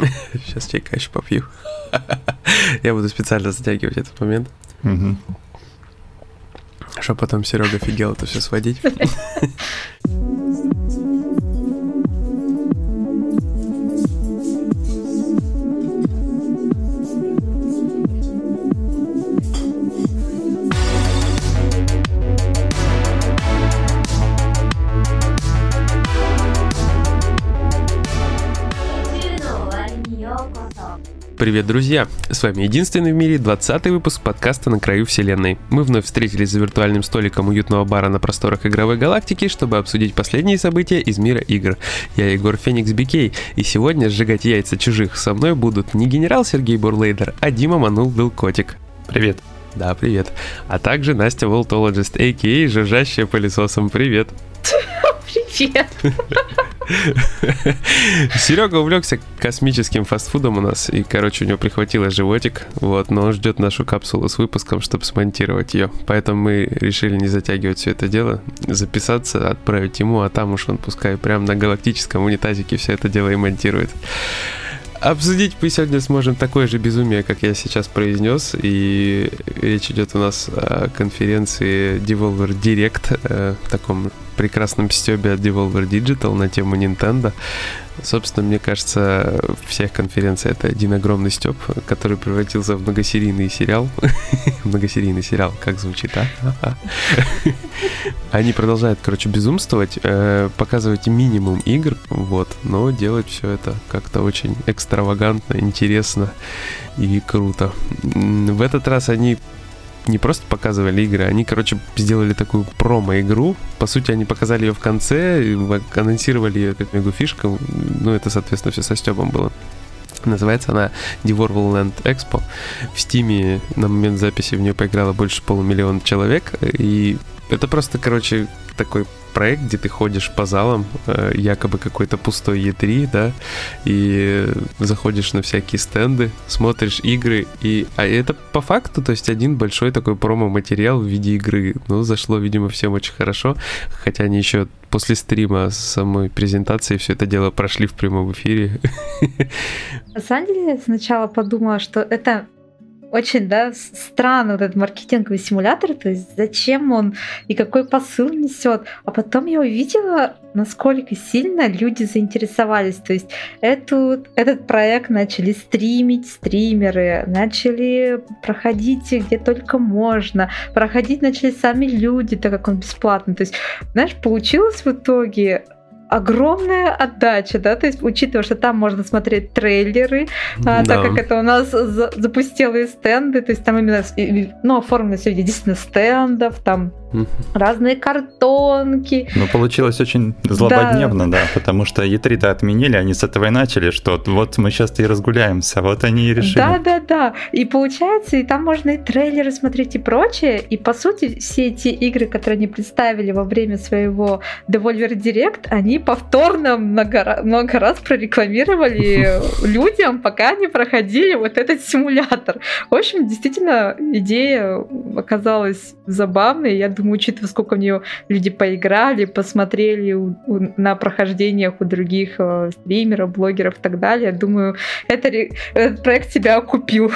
Сейчас чайка еще попью. Я буду специально затягивать этот момент. Чтобы потом Серега офигел это все сводить. Привет, друзья! С вами единственный в мире 20-й выпуск подкаста «На краю вселенной». Мы вновь встретились за виртуальным столиком уютного бара на просторах игровой галактики, чтобы обсудить последние события из мира игр. Я Егор Феникс Бикей, и сегодня сжигать яйца чужих со мной будут не генерал Сергей Бурлейдер, а Дима Манул Котик. Привет. Да, привет. А также Настя Волтологист, а.к.а. жужжащая пылесосом. Привет. Привет. Серега увлекся космическим фастфудом у нас, и, у него прихватило животик, но он ждет нашу капсулу с выпуском, чтобы смонтировать ее. Поэтому мы решили не затягивать все это дело, записаться, отправить ему, а там уж он пускай прямо на галактическом унитазике все это дело и монтирует. Обсудить мы сегодня сможем такое же безумие, как я сейчас произнес, и речь идет у нас о конференции Devolver Direct, таком прекрасном стёбе от Devolver Digital на тему Nintendo. Собственно, мне кажется, всех конференций это один огромный стёб, который превратился в многосерийный сериал. Многосерийный сериал, как звучит, а? Они продолжают, безумствовать, показывать минимум игр, но делать все это как-то очень экстравагантно, интересно и круто. В этот раз они не просто показывали игры, они, сделали такую промо-игру. По сути, они показали ее в конце, анонсировали ее как мега-фишку. Это, соответственно, все со стёбом было. Называется она Devolverland Expo. В Steam на момент записи в нее поиграло больше 500 000 человек. И это просто, такой проект, где ты ходишь по залам, якобы какой-то пустой E3, да, и заходишь на всякие стенды, смотришь игры, а это по факту, то есть один большой такой промо-материал в виде игры. Зашло, видимо, всем очень хорошо, хотя они еще после стрима самой презентации все это дело прошли в прямом эфире. На самом деле, я сначала подумала, что это очень, странный этот маркетинговый симулятор, то есть зачем он и какой посыл несет. А потом я увидела, насколько сильно люди заинтересовались. То есть этот проект начали стримить стримеры, начали проходить где только можно, проходить начали сами люди, так как он бесплатный. То есть, получилось в итоге огромная отдача, то есть учитывая, что там можно смотреть трейлеры, так как это у нас запустелые стенды, то есть там именно оформлено все действительно стендов, там разные картонки. Получилось очень злободневно, потому что E3-то отменили, они с этого и начали, что вот мы сейчас и разгуляемся, они и решили. Да, и получается, и там можно и трейлеры смотреть и прочее, и по сути все эти игры, которые они представили во время своего Devolver Direct, они повторно много раз прорекламировали людям, пока они проходили этот симулятор. В общем, действительно, идея оказалась забавной. Я думаю, учитывая, сколько в нее люди поиграли, посмотрели на прохождениях у других стримеров, блогеров и так далее, думаю, этот проект себя окупил.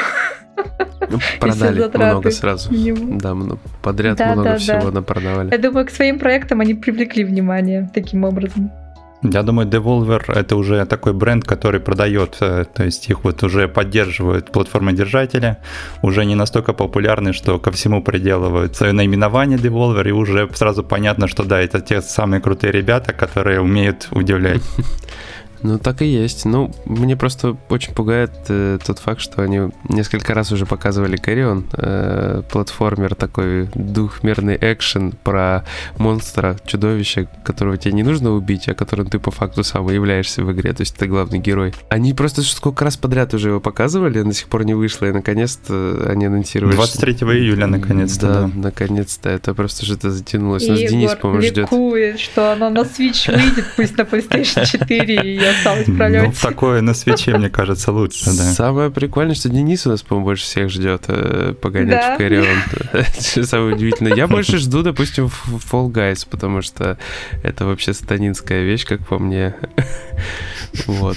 Продали много сразу. Да, подряд много всего напродавали. Я думаю, к своим проектам они привлекли внимание таким образом. Я думаю, Devolver — это уже такой бренд, который продает, то есть их уже поддерживают платформодержатели, уже не настолько популярны, что ко всему приделывают свое наименование Devolver, и уже сразу понятно, что да, это те самые крутые ребята, которые умеют удивлять. Так и есть. Мне просто очень пугает тот факт, что они несколько раз уже показывали Carrion, платформер такой, двухмерный экшен про монстра, чудовище, которого тебе не нужно убить, а которым ты по факту сам и являешься в игре, то есть ты главный герой. Они просто сколько раз подряд уже его показывали, до сих пор не вышло, и наконец-то они анонсировали. 23 июля наконец-то. Да, наконец-то. Это просто что-то затянулось. Нас Денис, по-моему, ждет. Ликует, что оно на Switch выйдет, пусть на PlayStation 4, и я осталось пролёть. Ну, такое на свече, мне кажется, лучше, да. Самое прикольное, что Денис у нас, по-моему, больше всех ждет погонять в Кэрион. Самое удивительное. Я больше жду, допустим, в Fall Guys, потому что это вообще сатанинская вещь, как по мне. Вот.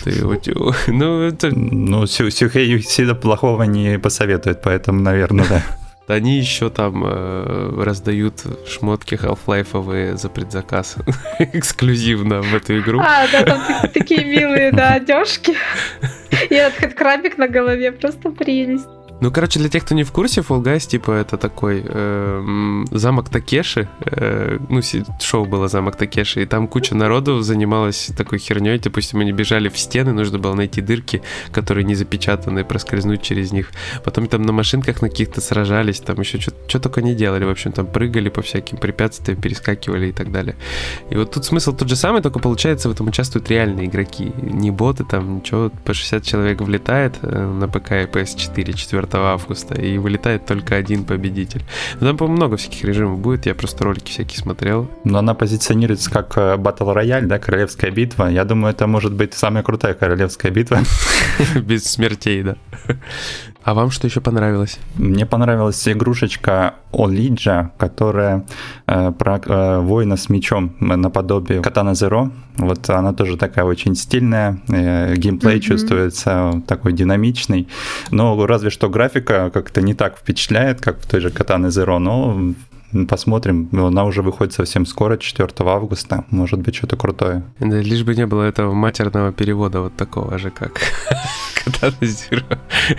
Ну, Сюхэй Сида плохого не посоветует, поэтому, наверное, да. Они еще там раздают шмотки Half-Life'овые за предзаказ эксклюзивно в эту игру. Да, там такие милые, да, одежки. И этот крабик на голове, просто прелесть. Ну, короче, для тех, кто не в курсе, Fall Guys, типа, это такой замок Такеши. Шоу было «Замок Такеши», и там куча народу занималась такой херней. Допустим, они бежали в стены, нужно было найти дырки, которые не запечатаны, проскользнуть через них. Потом там на машинках на каких-то сражались, там еще что только не делали. В общем, там прыгали по всяким препятствиям, перескакивали и так далее. И вот тут смысл тот же самый, только получается, в этом участвуют реальные игроки. Не боты, там ничего, по 60 человек влетает на ПК и PS4 4 августа, и вылетает только один победитель. Но там, по-моему, много всяких режимов будет, я просто ролики всякие смотрел. Но она позиционируется как Battle Royale, да, королевская битва. Я думаю, это может быть самая крутая королевская битва. Без смертей, да. А вам что еще понравилось? Мне понравилась игрушечка Олиджа, которая про воина с мечом наподобие Katana Zero. Вот она тоже такая очень стильная, геймплей чувствуется такой динамичный. Но разве что графика как-то не так впечатляет, как в той же Katana Zero, но посмотрим. Она уже выходит совсем скоро, 4 августа. Может быть, что-то крутое. Да, лишь бы не было этого матерного перевода вот такого же, как Katana Zero.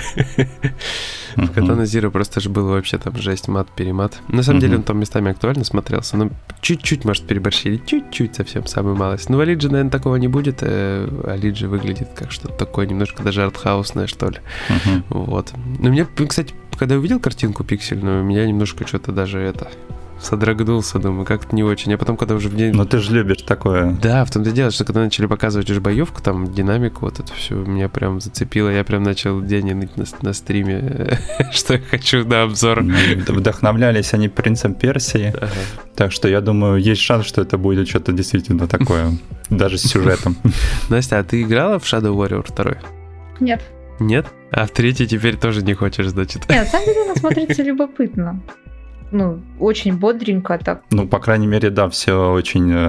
В Katana Zero просто же был вообще там жесть, мат-перемат. На самом деле он там местами актуально смотрелся, но чуть-чуть, может, переборщили. Чуть-чуть совсем, самую малость. Ну, в Олидже, наверное, такого не будет. Олидже выглядит как что-то такое немножко даже артхаусное, что ли. Вот. Но мне, кстати, когда я увидел картинку пиксельную, меня немножко что-то даже содрогнулся, думаю, как-то не очень. А потом, когда уже в день... Но ты же любишь такое. Да, в том-то и дело, что когда начали показывать уже боевку, там, динамику, вот это все меня прям зацепило. Я прям начал день ныть на стриме, что я хочу на обзор. Вдохновлялись они «Принцем Персии», так что я думаю, есть шанс, что это будет что-то действительно такое, даже с сюжетом. Настя, а ты играла в Shadow Warrior 2? Нет. Нет? А в 3 теперь тоже не хочешь, значит? Нет, на самом деле она смотрится любопытно. Ну, очень бодренько так. Ну, по крайней мере, да, все очень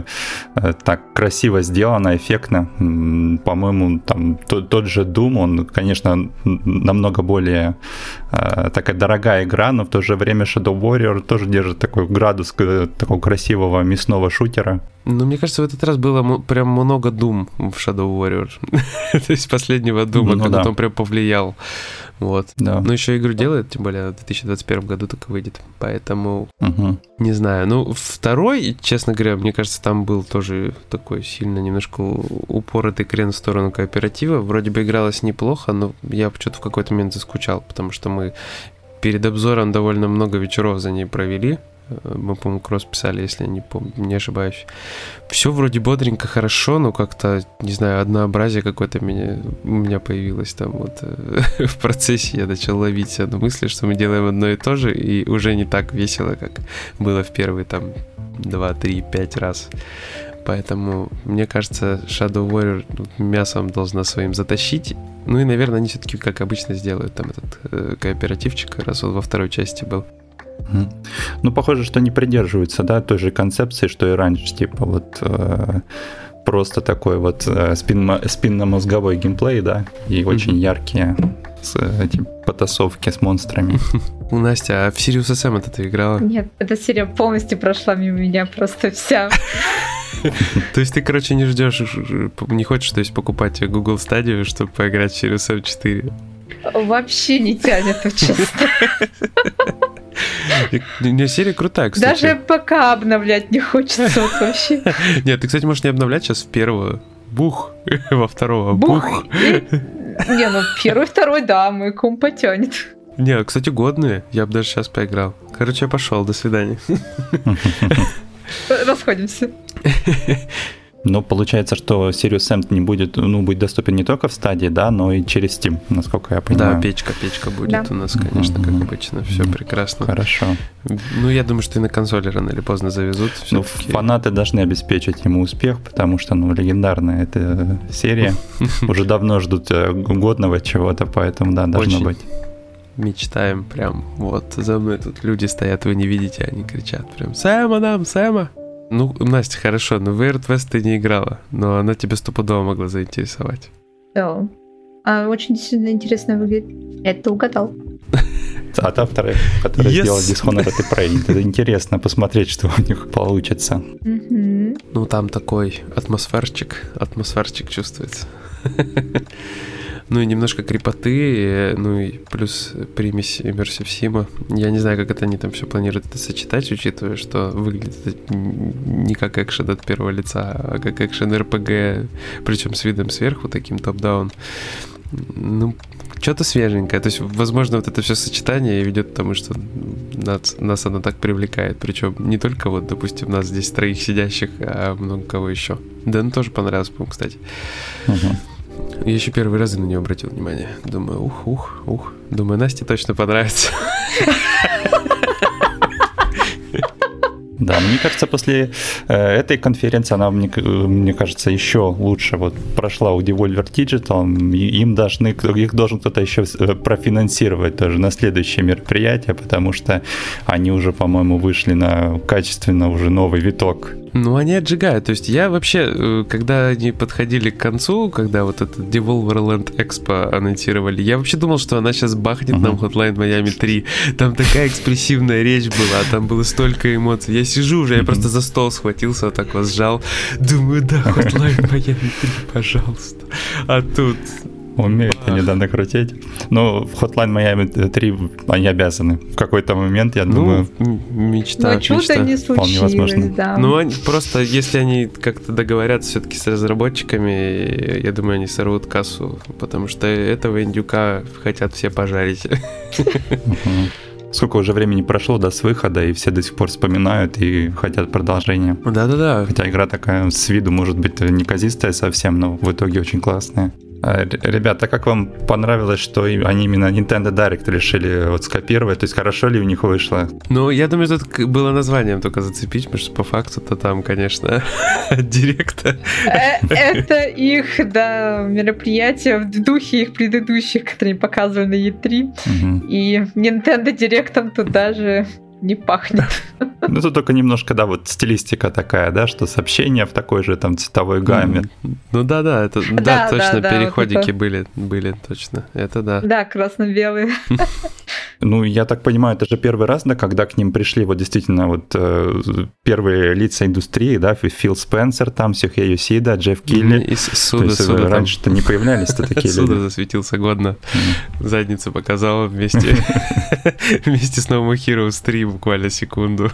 так красиво сделано, эффектно. По-моему, там тот же Doom, он, конечно, намного более такая дорогая игра, но в то же время Shadow Warrior тоже держит такой градус такого красивого мясного шутера. Ну, мне кажется, в этот раз было прям много Doom в Shadow Warrior. То есть последнего Doom, когда он прям повлиял. Вот. Да. Но еще игру делают, тем более в 2021 году только выйдет. Поэтому не знаю. Ну, второй, честно говоря, мне кажется, там был тоже такой сильно немножко упоротый крен в сторону кооператива. Вроде бы игралось неплохо, но я что-то в какой-то момент заскучал, потому что мы перед обзором довольно много вечеров за ней провели. Мы, по-моему, кросс писали, если я не ошибаюсь. Все вроде бодренько, хорошо, но как-то, не знаю, однообразие какое-то у меня появилось там вот в процессе. Я начал ловить себя на мысли, что мы делаем одно и то же, и уже не так весело, как было в первые там 2, 3, 5 раз. Поэтому, мне кажется, Shadow Warrior мясом должна своим затащить. Ну и, наверное, они все-таки, как обычно, сделают там этот кооперативчик, раз он во второй части был. Ну, похоже, что не придерживаются, да, той же концепции, что и раньше, типа вот просто такой вот спинномозговой геймплей, да, и очень яркие эти потасовки с монстрами. У Насти, а в Sirius SM ты играла? Нет, эта серия полностью прошла мимо меня, просто вся. То есть ты, короче, не ждешь, не хочешь, то есть, покупать Google Stadia, чтобы поиграть в Sirius M 4? Вообще не тянет, честно. Серия крутая, кстати. Даже ПК обновлять не хочется вот вообще. Нет, ты, кстати, можешь не обновлять сейчас в первого. Бух. Во второго. Бух. Не, ну первый, второй, да, мой комп потянет. Не, кстати, годные. Я бы даже сейчас поиграл. Короче, я пошел. До свидания. Расходимся. Но получается, что Sirius XM не будет, будет доступен не только в стадии, да, но и через Steam, насколько я понимаю. Да, печка будет у нас, конечно, как обычно, все прекрасно. Хорошо. Ну, я думаю, что и на консоли рано или поздно завезут. Ну, фанаты должны обеспечить ему успех, потому что, легендарная эта серия. Уже давно ждут годного чего-то, поэтому, да, должно быть. Мечтаем прям. Вот, за мной тут люди стоят, вы не видите, они кричат прям: «Сэма нам, Сэма!» Ну, Настя, хорошо, но в Weird West ты не играла, но она тебя стопудово могла заинтересовать. Да. Очень сильно интересно выглядит. Это угадал. А та вторая, которая сделала Dishonored и Prey. Это интересно посмотреть, что у них получится. Ну, там такой атмосферчик чувствуется. Ну и немножко крепоты, ну и плюс примесь Immersive Sim. Я не знаю, как это они там все планируют это сочетать, учитывая, что выглядит это не как экшен от первого лица, а как экшен RPG, причем с видом сверху, таким топ-даун. Ну, что-то свеженькое. То есть, возможно, вот это все сочетание ведет к тому, что нас оно так привлекает. Причем не только вот, допустим, нас здесь троих сидящих, а много кого еще. Дэн тоже понравился, по-моему, кстати. Я еще первый раз на нее обратил внимание. Думаю, ух. Думаю, Насте точно понравится. Да, мне кажется, после этой конференции она, мне кажется, еще лучше вот прошла у Devolver Digital. Их должен кто-то еще профинансировать тоже на следующее мероприятие, потому что они уже, по-моему, вышли на качественно уже новый виток. Ну, они отжигают. То есть я вообще, когда они подходили к концу, когда вот этот Devolver Land Expo анонсировали, я вообще думал, что она сейчас бахнет нам Hotline Miami 3. Там такая экспрессивная речь была, там было столько эмоций. Я сижу уже, я просто за стол схватился, вот так вот сжал. Думаю, да, Hotline Miami 3, пожалуйста. А тут... Умеют они, да, накрутить. Но в Hotline Miami 3 они обязаны. В какой-то момент, я думаю... Мечта. Но чудо не случилось, да. Ну, просто если они как-то договорятся все-таки с разработчиками, я думаю, они сорвут кассу, потому что этого индюка хотят все пожарить. Сколько уже времени прошло, с выхода, и все до сих пор вспоминают и хотят продолжения. Да-да-да. Хотя игра такая с виду, может быть, неказистая совсем, но в итоге очень классная. Ребята, как вам понравилось, что они именно Nintendo Direct решили вот скопировать? То есть хорошо ли у них вышло? Ну, я думаю, тут было названием только зацепить, потому что по факту-то там, конечно, от Директа. Это их, да, мероприятие в духе их предыдущих, которые показывали на E3. И Nintendo Директом тут даже не пахнет. Ну, тут только немножко, да, вот стилистика такая, да, что сообщения в такой же там цветовой гамме. Ну да, это да, точно, переходики были, точно, это да. Да, красно-белые. Ну, я так понимаю, это же первый раз, да, когда к ним пришли вот действительно вот первые лица индустрии, да, Фил Спенсер, там, Сюхей Йосида, Джефф Килли. И Суда раньше-то не появлялись-то такие люди. Суда засветился годно, задницу показал вместе с No More Heroes 3 буквально секунду.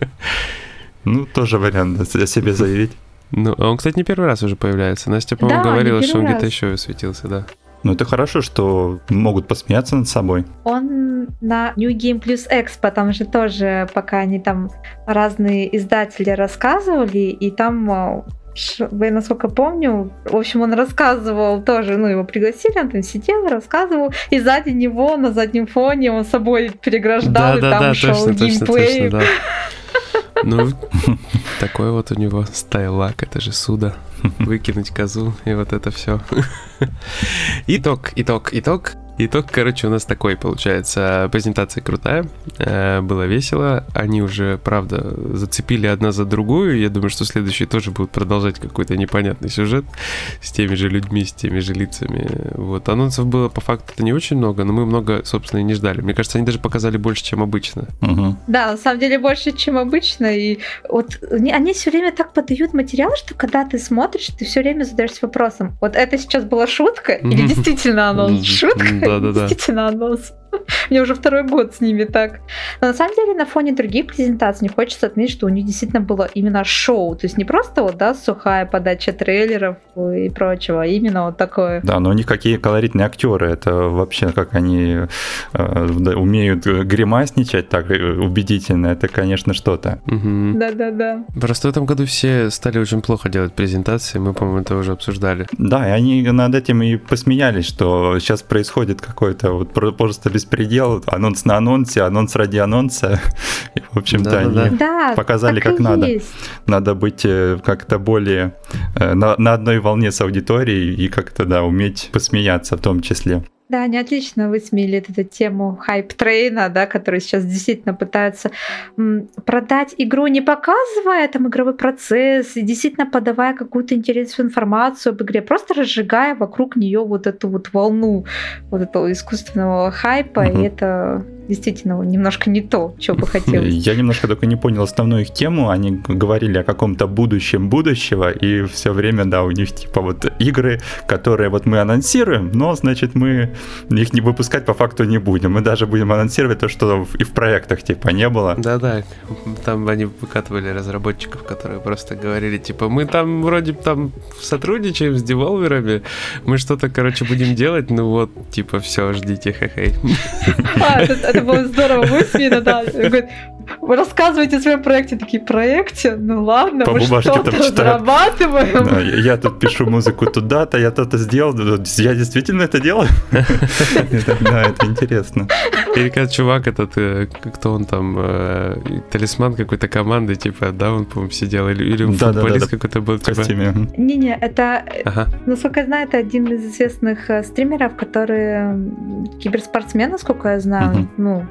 Ну, тоже вариант, о себе заявить. Ну, а он, кстати, не первый раз уже появляется. Настя, по-моему, говорила, что он где-то еще светился, да. Ну, это хорошо, что могут посмеяться над собой. Он на New Game Plus Expo, там же тоже, пока они там разные издатели рассказывали, и там, я насколько помню, в общем, он рассказывал тоже, его пригласили, он там сидел, рассказывал, и сзади него, на заднем фоне, он собой переграждал, и там шел геймплей. Точно, да. Ну, такой вот у него стайлак, это же Суда. Выкинуть козу, и вот это все. Итог. Итог, короче, у нас такой получается. Презентация крутая, было весело. Они уже, правда, зацепили одна за другую. Я думаю, что следующие тоже будут продолжать какой-то непонятный сюжет с теми же людьми, с теми же лицами. Вот. Анонсов было по факту не очень много, но мы много, собственно, и не ждали. Мне кажется, они даже показали больше, чем обычно. Да, на самом деле больше, чем обычно. И вот они все время так подают материал, что когда ты смотришь, ты все время задаешься вопросом: вот это сейчас была шутка или действительно анонс? Шутка? Да. Действительно анонс. Мне уже второй год с ними так. Но на самом деле на фоне других презентаций мне хочется отметить, что у них действительно было именно шоу. То есть не просто вот, да, сухая подача трейлеров и прочего, а именно вот такое. Да, но у них какие колоритные актеры. Это вообще как они умеют гримасничать так убедительно. Это, конечно, что-то. Угу. Да-да-да. Просто в этом году все стали очень плохо делать презентации. Мы, по-моему, это уже обсуждали. Да, и они над этим и посмеялись, что сейчас происходит какой-то вот просто беспредел, анонс на анонсе, анонс ради анонса. И, в общем-то, они показали, как надо. Есть. Надо быть как-то более на одной волне с аудиторией и как-то, да, уметь посмеяться в том числе. Да, они отлично высмеяли эту тему хайп-трейна, да, который сейчас действительно пытаются продать игру, не показывая там игровой процесс, и действительно подавая какую-то интересную информацию об игре, просто разжигая вокруг нее вот эту вот волну вот этого искусственного хайпа, и это действительно немножко не то, что бы хотелось. Я немножко только не понял основную их тему. Они говорили о каком-то будущем будущего, и все время, да, у них типа вот игры, которые вот мы анонсируем, но, значит, мы их не выпускать по факту не будем. Мы даже будем анонсировать то, что и в проектах типа не было. Да-да, там они выкатывали разработчиков, которые просто говорили, типа, мы там вроде там сотрудничаем с девелоперами, мы что-то, короче, будем делать, ну вот, типа, все, ждите, хе-хей. Это было здорово высмеяно, да. Говорит, вы рассказываете о своем проекте, такие, проекте? Ну ладно, по мы что-то разрабатываем. Да, я тут пишу музыку туда-то, я то-то сделал, я действительно это делаю? Да, это интересно. Или как чувак этот, кто он там, талисман какой-то команды, типа, да, он, по-моему, сидел, или футболист какой-то был, типа. Не-не, это, насколько я знаю, это один из известных стримеров, который киберспортсмен, насколько я знаю.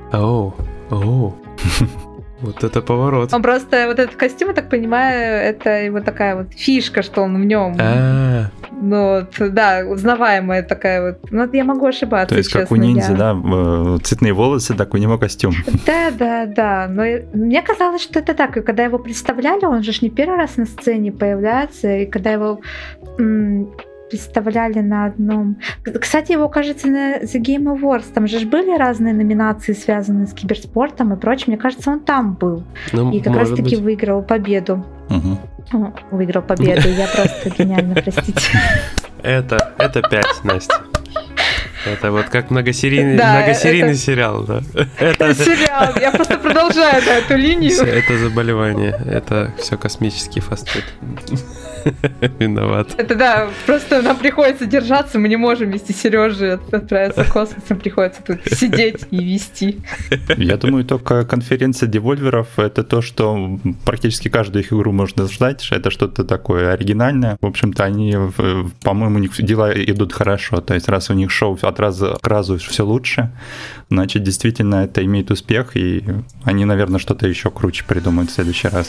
Вот это поворот. Он просто, вот этот костюм, я так понимаю, это его такая вот фишка, что он в нем. Ну, вот, да, узнаваемая такая вот. Ну, я могу ошибаться, то есть, честно, как у ниндзя, да, цветные волосы, так у него костюм. Да. Но мне казалось, что это так. И когда его представляли, он же не первый раз на сцене появляется, и когда его представляли на одном... Кстати, его, кажется, на The Game Awards, там же были разные номинации, связанные с киберспортом и прочим. Мне кажется, он там был. Ну, и как раз-таки выиграл победу. Выиграл победу. Я просто гениально, простите. Это 5, Настя. Это вот как многосерийный сериал, да. Это сериал, я просто продолжаю эту линию. Это заболевание, это все космический фастфуд. Виноват. Это да, просто нам приходится держаться, мы не можем вести Сережи отправиться в космос, нам приходится тут сидеть и вести. Я думаю, только конференция девольверов — это то, что практически каждую их игру можно ждать, это что-то такое оригинальное. В общем-то, они, по-моему, у них дела идут хорошо, то есть раз у них шоу от раза к разу все лучше, значит, действительно это имеет успех, и они, наверное, что-то еще круче придумают в следующий раз.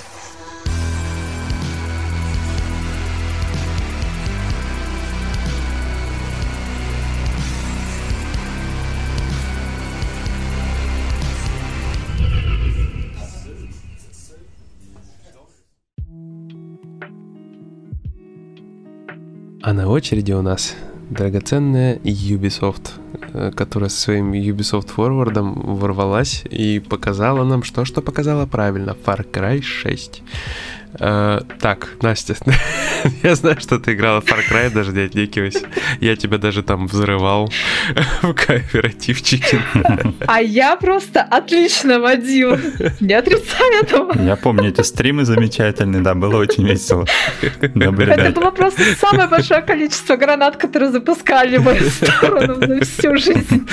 А на очереди у нас драгоценная Ubisoft, которая со своим Ubisoft Forward'ом ворвалась и показала нам, что показала правильно, Far Cry 6. Так, Настя, я знаю, что ты играла в Far Cry, даже не отнекивайся. Я тебя даже там взрывал в кооперативчике. А я просто отлично водил. Не отрицаю этого. Я помню эти стримы замечательные, да, было очень весело. Это было просто самое большое количество гранат, которые запускали в мою сторону за всю жизнь.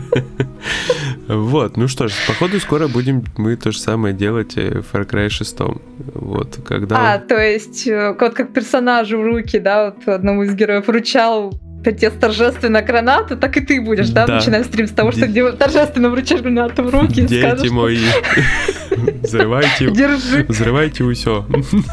Вот, ну что ж, походу скоро будем мы то же самое делать в Far Cry 6. Вот, когда... то есть, вот как персонажу в руки, да, вот одному из героев вручал отец торжественно гранату, так и ты будешь, да? Начинаем стрим с того, что торжественно вручаешь гранату в руки и скажешь... Дети мои, взрывайте усё.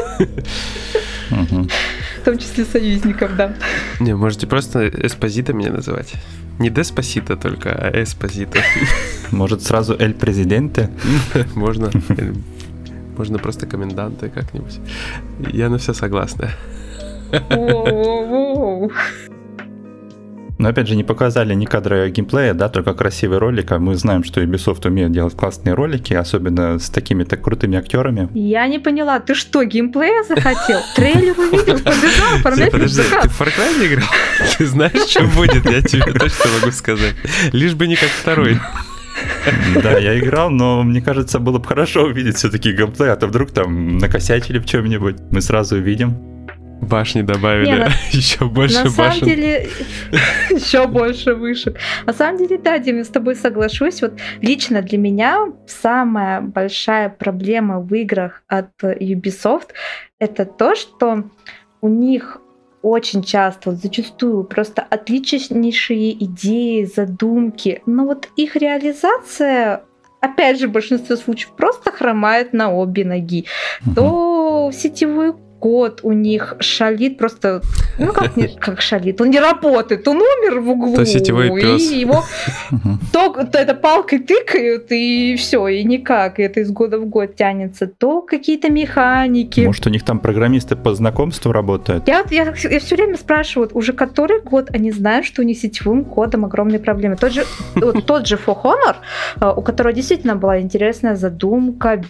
В том числе союзников, да. Не, можете просто Эспозито меня называть. Не Деспасито только, а Эспозито. Может, сразу Эль Президенте? Можно. Можно просто коменданты как-нибудь. Я на все согласна. Но опять же, не показали ни кадры геймплея, да, только красивый ролик. А мы знаем, что Ubisoft умеет делать классные ролики, особенно с такими-то крутыми актерами. Я не поняла, ты что, геймплея захотел? Трейлер увидел, побежал, оформлять Подожди, ты в Far Cry не играл? Ты знаешь, что будет, я тебе точно могу сказать. Лишь бы не как второй. Да, я играл, но мне кажется, было бы хорошо увидеть все-таки геймплей, а то вдруг там накосячили в чем-нибудь. Мы сразу увидим. Башни добавили, еще больше башен. На самом деле, еще больше вышек. На самом деле, да, Дим, я с тобой соглашусь. Вот лично для меня самая большая проблема в играх от Ubisoft — это то, что у них очень часто, вот зачастую, просто отличнейшие идеи, задумки, но вот их реализация, опять же, в большинстве случаев просто хромает на обе ноги. То сетевой код у них шалит просто, как шалит, он не работает, он умер в углу, то сетевой пес. И его то это палкой тыкают, и все, и никак, и это из года в год тянется, то какие-то механики. Может, у них там программисты по знакомству работают? Я все время спрашиваю, уже который год они знают, что у них с сетевым кодом огромные проблемы. Тот же For Honor, у которого действительно была интересная задумка,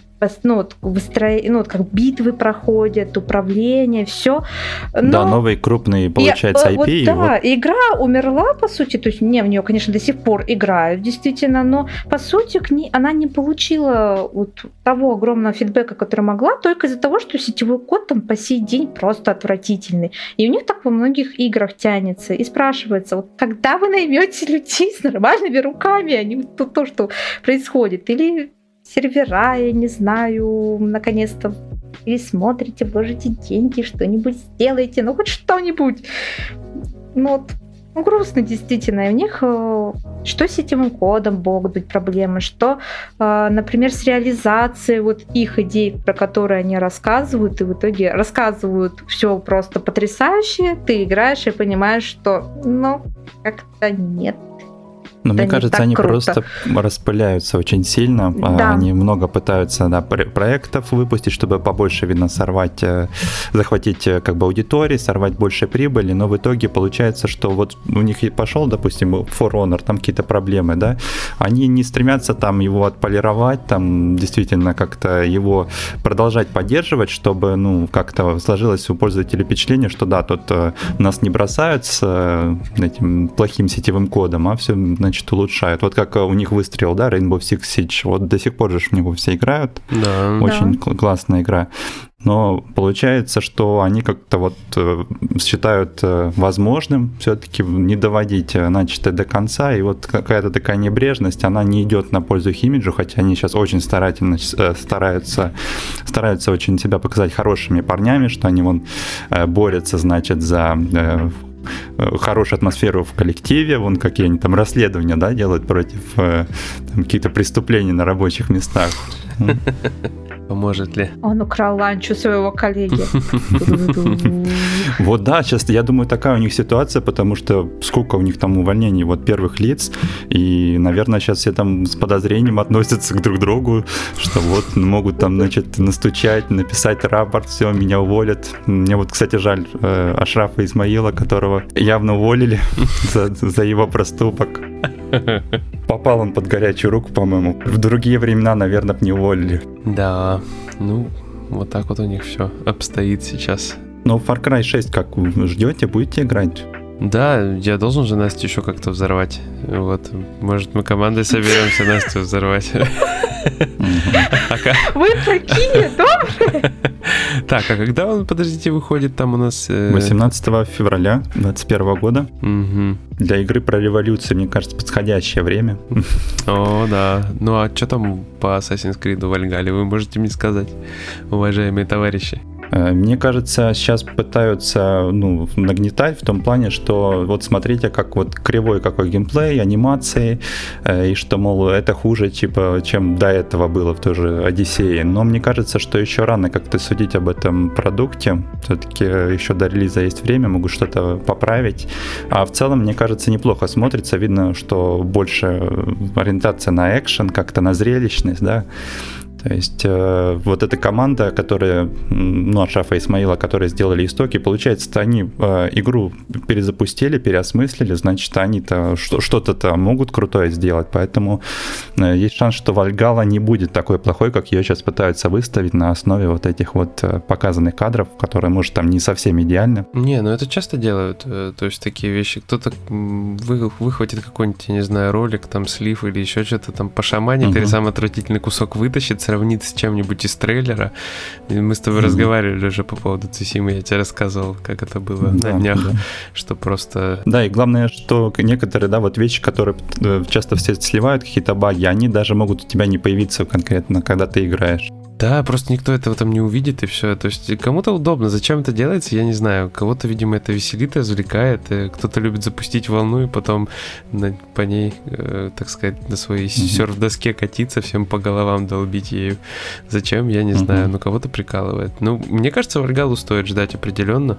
как битвы проходят, управление, все. Да, новый крупный, получается, IP. Игра умерла, по сути, то есть мне в нее, конечно, до сих пор играют, действительно, но, по сути, она не получила вот того огромного фидбэка, который могла, только из-за того, что сетевой код там по сей день просто отвратительный. И у них так во многих играх тянется. И спрашивается, вот когда вы наймете людей с нормальными руками, а не то, что происходит? Или сервера, я не знаю, наконец-то пересмотрите, вложите деньги, что-нибудь сделайте, хоть что-нибудь. Грустно действительно. И у них что с сетевым кодом могут быть проблемы, что, например, с реализацией вот их идей, про которые они рассказывают, и в итоге рассказывают все просто потрясающе, ты играешь и понимаешь, что, как-то нет. Но мне кажется, они просто распыляются очень сильно. Да. Они много пытаются проектов выпустить, чтобы побольше, видно, захватить как бы аудитории, сорвать больше прибыли. Но в итоге получается, что вот у них и пошел, допустим, For Honor, там какие-то проблемы, да. Они не стремятся там его отполировать, там действительно как-то его продолжать поддерживать, чтобы, как-то сложилось у пользователя впечатление, что да, тут нас не бросают с этим плохим сетевым кодом, а все, улучшают. Вот как у них выстрел, да, Rainbow Six Siege, вот до сих пор же в него все играют. Да. Очень классная игра. Но получается, что они как-то считают возможным все-таки не доводить начатое до конца, и вот какая-то такая небрежность, она не идет на пользу их имиджу, хотя они сейчас очень старательно стараются очень себя показать хорошими парнями, что они борются, значит, за хорошую атмосферу в коллективе, какие они там расследования, да, делают против каких-то преступлений на рабочих местах. Поможет ли? Он украл ланч у своего коллеги. Вот да, сейчас, я думаю, такая у них ситуация, потому что сколько у них там увольнений первых лиц, и, наверное, сейчас все там с подозрением относятся друг к другу, что могут там, значит, настучать, написать рапорт, все, меня уволят. Мне кстати, жаль Ашрафа Исмаила, которого явно уволили за его проступок. Попал он под горячую руку, по-моему. В другие времена, наверное, бы не уволили. Да, вот так вот у них все обстоит сейчас. Но Far Cry 6 как, вы ждете, будете играть? Да, я должен же Настю еще как-то взорвать. Может, мы командой соберемся Настю взорвать. Вы такие добрые! Так, а когда он, подождите, выходит там у нас? 18 февраля 2021 года. Для игры про революцию, мне кажется, подходящее время. О, да. А что там по Assassin's Creed Valhalla? Вы можете мне сказать, уважаемые товарищи? Мне кажется, сейчас пытаются нагнетать в том плане, что смотрите, как кривой какой геймплей, анимации, и что, мол, это хуже, чем до этого было в той же Одиссее. Но мне кажется, что еще рано как-то судить об этом продукте. Все-таки еще до релиза есть время, могу что-то поправить. А в целом, мне кажется, неплохо смотрится. Видно, что больше ориентация на экшен, как-то на зрелищность, да. То есть вот эта команда, которая, Ашрафа и Исмаила, которые сделали истоки, получается, они игру перезапустили, переосмыслили, значит, они-то что-то могут крутое сделать, поэтому есть шанс, что Вальгалла не будет такой плохой, как ее сейчас пытаются выставить на основе вот этих вот показанных кадров, которые, может, там не совсем идеальны. Не, это часто делают, то есть такие вещи. Кто-то выхватит какой-нибудь, я не знаю, ролик, там, слив или еще что-то там пошаманит, или сам отвратительный кусок вытащит, сравнит с чем-нибудь из трейлера. И мы с тобой разговаривали уже по поводу Цусимы, я тебе рассказывал, как это было на днях, что просто... Да, и главное, что некоторые, вот вещи, которые часто все сливают, какие-то баги, они даже могут у тебя не появиться конкретно, когда ты играешь. Да, просто никто этого там не увидит, и все. То есть кому-то удобно, зачем это делается, я не знаю. Кого-то, видимо, это веселит, развлекает. Кто-то любит запустить волну и потом по ней, так сказать, на своей серф-доске катиться, всем по головам долбить ею. Зачем, я не знаю. Но кого-то прикалывает. Мне кажется, Вальгаллу стоит ждать определенно.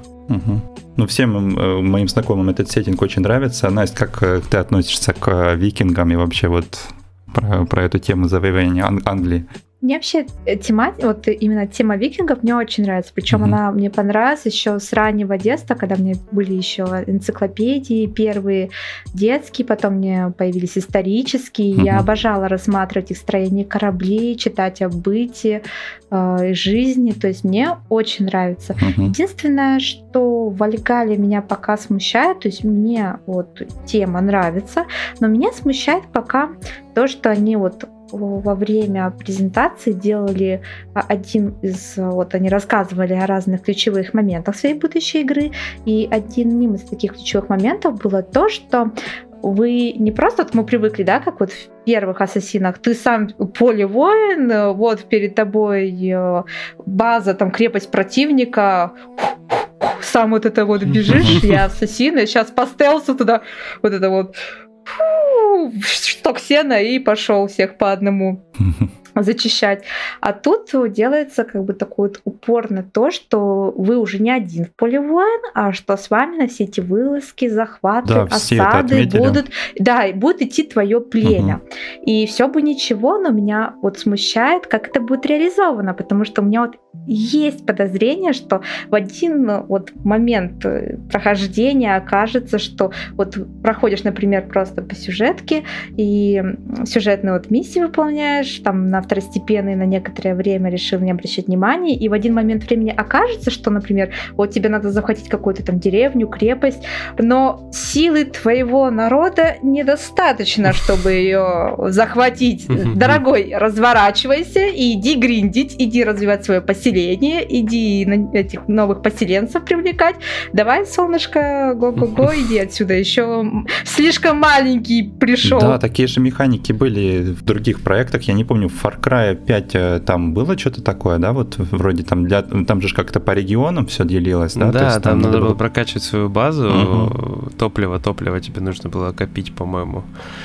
Всем моим знакомым этот сеттинг очень нравится. Настя, как ты относишься к викингам и вообще вот про эту тему завоевания Англии? Мне вообще именно тема викингов мне очень нравится. Причем она мне понравилась еще с раннего детства, когда мне были еще энциклопедии первые детские, потом мне появились исторические. Я обожала рассматривать их строение кораблей, читать о бытии, жизни. То есть мне очень нравится. Единственное, что в Вальгалле меня пока смущает, то есть мне тема нравится, но меня смущает пока то, что они во время презентации делали они рассказывали о разных ключевых моментах своей будущей игры, и одним из таких ключевых моментов было то, что вы не просто, мы привыкли, как в первых ассасинах, ты сам поле воин, перед тобой база, там крепость противника, сам бежишь, я ассасин, я сейчас по стелсу туда, шток сена и пошел всех по одному зачищать. А тут делается такой упор на то, что вы уже не один в поле воин, а что с вами на все эти вылазки, захваты, осады будет идти твое племя. И все бы ничего, но меня смущает, как это будет реализовано, потому что у меня есть подозрение, что в один момент прохождения окажется, что проходишь, например, просто по сюжетке и сюжетную миссию выполняешь, там на второстепенные на некоторое время решил не обращать внимания, и в один момент времени окажется, что, например, тебе надо захватить какую-то там деревню, крепость, но силы твоего народа недостаточно, чтобы ее захватить. Дорогой, разворачивайся и иди гриндить, иди развивать свое поселение, иди этих новых поселенцев привлекать. Давай, солнышко, го-го-го, иди отсюда. Еще слишком маленький пришел. Да, такие же механики были в других проектах. Я не помню, в Far Cry 5 там было что-то такое, да? Вроде там же как-то по регионам все делилось, да? Да, там надо было прокачивать свою базу. Топливо тебе нужно было копить, по-моему.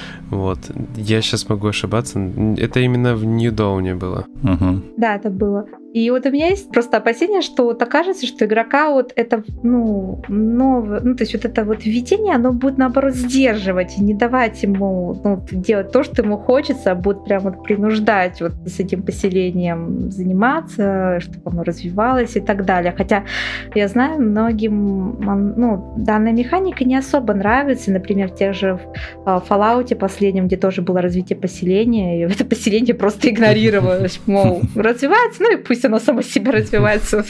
Я сейчас могу ошибаться. Это именно в New Dawn было. Да, это было. И у меня есть просто опасение, что окажется, что игрока это, новое, то есть это введение, оно будет, наоборот, сдерживать и не давать ему делать то, что ему хочется, а будет прямо принуждать с этим поселением заниматься, чтобы оно развивалось и так далее. Хотя я знаю, многим данная механика не особо нравится. Например, в тех же в Fallout последнем, где тоже было развитие поселения, и это поселение просто игнорировалось, мол, развивается, и пусть оно само себя развивается.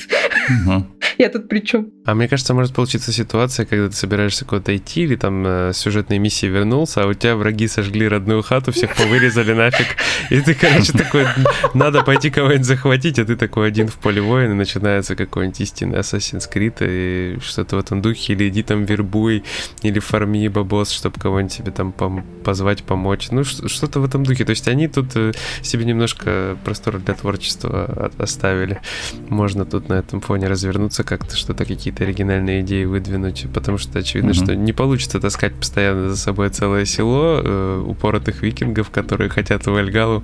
Я тут при чем? А мне кажется, может получиться ситуация, когда ты собираешься куда-то идти, или там с сюжетной миссии вернулся, а у тебя враги сожгли родную хату, всех повырезали нафиг, и ты, такой, надо пойти кого-нибудь захватить, а ты такой один в поле воина, и начинается какой-нибудь истинный Assassin's Creed, и что-то в этом духе, или иди там вербуй, или фарми бабос, чтобы кого-нибудь тебе там позвать, помочь, что-то в этом духе. То есть они тут себе немножко простора для творчества оставили. Можно тут на этом фоне развернуться как-то, что-то, какие-то оригинальные идеи выдвинуть, потому что очевидно, что не получится таскать постоянно за собой целое село упоротых викингов, которые хотят в Вальгаллу.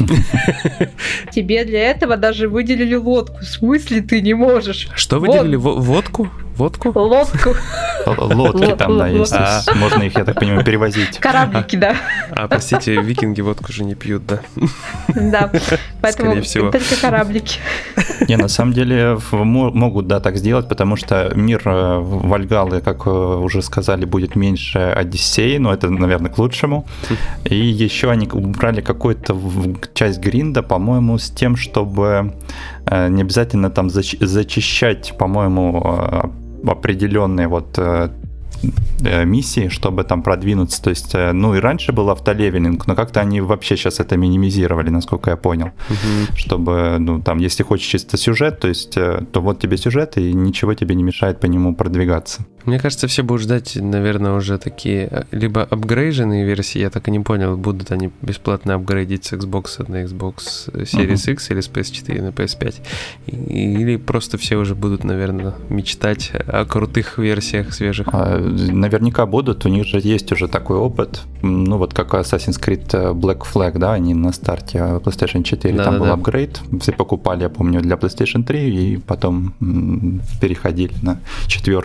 Тебе для этого даже выделили лодку. В смысле ты не можешь? Что выделили? Водку? Водку? Лодку. Лодки там, да, есть. Можно их, я так понимаю, перевозить. Кораблики, да. Простите, викинги водку же не пьют, да? Да, поэтому только кораблики. Не, на самом деле могут, да, так сделать, потому что мир Вальгаллы, как уже сказали, будет меньше Одиссеи, но это, наверное, к лучшему. И еще они убрали какую-то часть гринда, по-моему, с тем, чтобы не обязательно там зачищать, по-моему, определенные вот миссии, чтобы там продвинуться. То есть, ну и раньше был автолевелинг, но как-то они вообще сейчас это минимизировали, насколько я понял. Чтобы, ну там, если хочешь чисто сюжет, то есть, то вот тебе сюжет, и ничего тебе не мешает по нему продвигаться. Мне кажется, все будут ждать, наверное, уже такие либо апгрейженные версии, я так и не понял, будут они бесплатно апгрейдить с Xbox на Xbox Series X или с PS4 на PS5, или просто все уже будут, наверное, мечтать о крутых версиях свежих. Наверняка будут, у них же есть уже такой опыт, ну вот как Assassin's Creed Black Flag, да, они на старте PlayStation 4, там был апгрейд, все покупали, я помню, для PlayStation 3 и потом переходили на 4.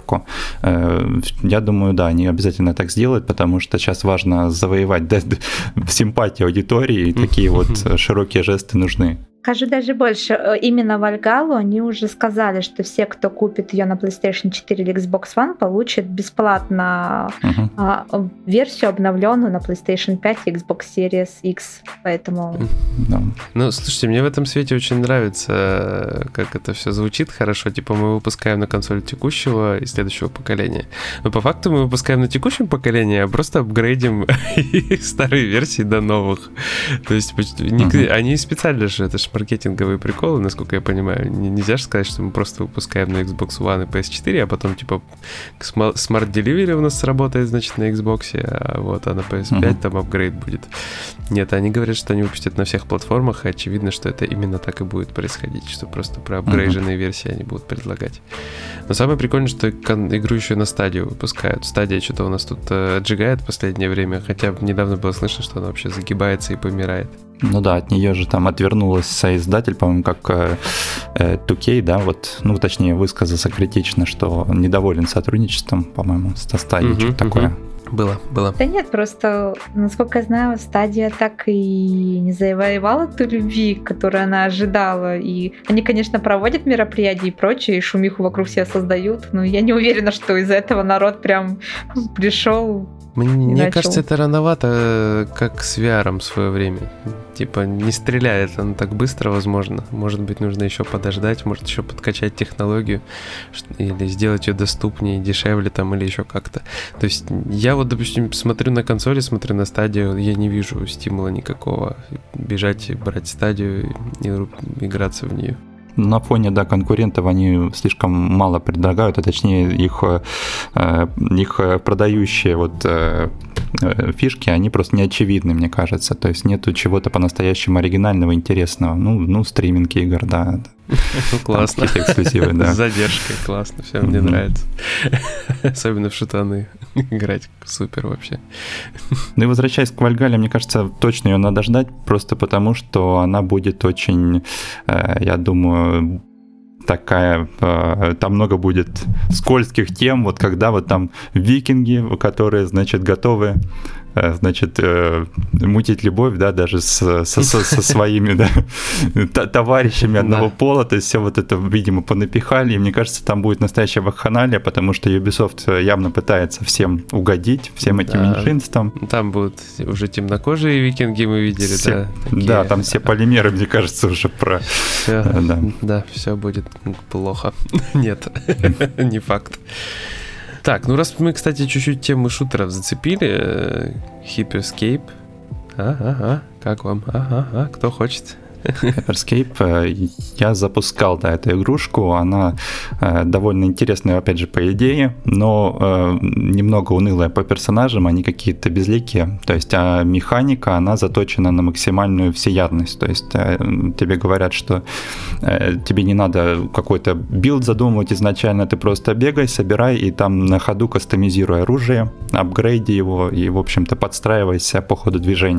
Я думаю, да, они обязательно так сделают, потому что сейчас важно завоевать симпатию аудитории, и такие вот широкие жесты нужны. Скажу даже больше, именно Вальгаллу они уже сказали, что все, кто купит ее на PlayStation 4 или Xbox One, получат бесплатно версию обновленную на PlayStation 5 и Xbox Series X, поэтому... Ну, слушайте, мне в этом свете очень нравится, как это все звучит хорошо, типа мы выпускаем на консоль текущего и следующего поколения. Но по факту мы выпускаем на текущем поколении, а просто апгрейдим старые версии до новых. То есть они специально же, это же маркетинговые приколы, насколько я понимаю. Нельзя же сказать, что мы просто выпускаем на Xbox One и PS4, а потом, типа, Smart Delivery у нас работает, значит, на Xbox, а на PS5 там апгрейд будет. Нет, они говорят, что они выпустят на всех платформах, и очевидно, что это именно так и будет происходить, что просто про апгрейженные версии они будут предлагать. Но самое прикольное, что игру еще на стадию выпускают. Стадия что-то у нас тут отжигает в последнее время, хотя недавно было слышно, что она вообще загибается и помирает. Ну да, от нее же там отвернулась соиздатель, по-моему, как 2K, да, вот, ну, точнее, высказался критично, что он недоволен сотрудничеством, по-моему, с стадией, что-то такое. Было. Да нет, просто, насколько я знаю, стадия так и не завоевала ту любви, которую она ожидала. И они, конечно, проводят мероприятия и прочее, и шумиху вокруг себя создают, но я не уверена, что из-за этого народ прям пришел. Мне кажется, это рановато, как с VR в свое время. Типа, не стреляет он так быстро, возможно. Может быть, нужно еще подождать, может еще подкачать технологию, или сделать ее доступнее, дешевле там, или еще как-то. То есть, я вот, допустим, смотрю на консоли, смотрю на стадию, я не вижу стимула никакого бежать и брать стадию и играться в нее. На фоне, да, конкурентов они слишком мало предлагают, а точнее их продающие вот фишки, они просто не очевидны, мне кажется. То есть нету чего-то по-настоящему оригинального, интересного. Ну стриминг игр, да. Ну, классно. Эксклюзивы, да. С задержкой, классно, все мне нравится. Особенно в шутаны играть, супер вообще. Ну и возвращаясь к Вальгалле, мне кажется, точно ее надо ждать, просто потому, что она будет очень, я думаю, такая, там много будет скользких тем, вот когда вот там викинги, которые, значит, готовы, значит, мутить любовь, да, даже со своими, да, товарищами одного пола, то есть все вот это, видимо, понапихали, и мне кажется, там будет настоящая вакханалия, потому что Ubisoft явно пытается всем угодить, всем этим меньшинствам. Там будут уже темнокожие викинги, мы видели, все, да, там все полимеры, мне кажется, уже про... Да, все будет плохо. Нет, не факт. Так, ну раз мы, кстати, чуть-чуть тему шутеров зацепили, Hyperscape. Ага, как вам? Ага, кто хочет? Hyperscape, я запускал, да, эту игрушку, она довольно интересная, опять же, по идее, но немного унылая по персонажам, они какие-то безликие, то есть механика, она заточена на максимальную всеядность, то есть тебе говорят, что тебе не надо какой-то билд задумывать изначально, ты просто бегай, собирай и там на ходу кастомизируй оружие, апгрейди его и, в общем-то, подстраивайся по ходу движения.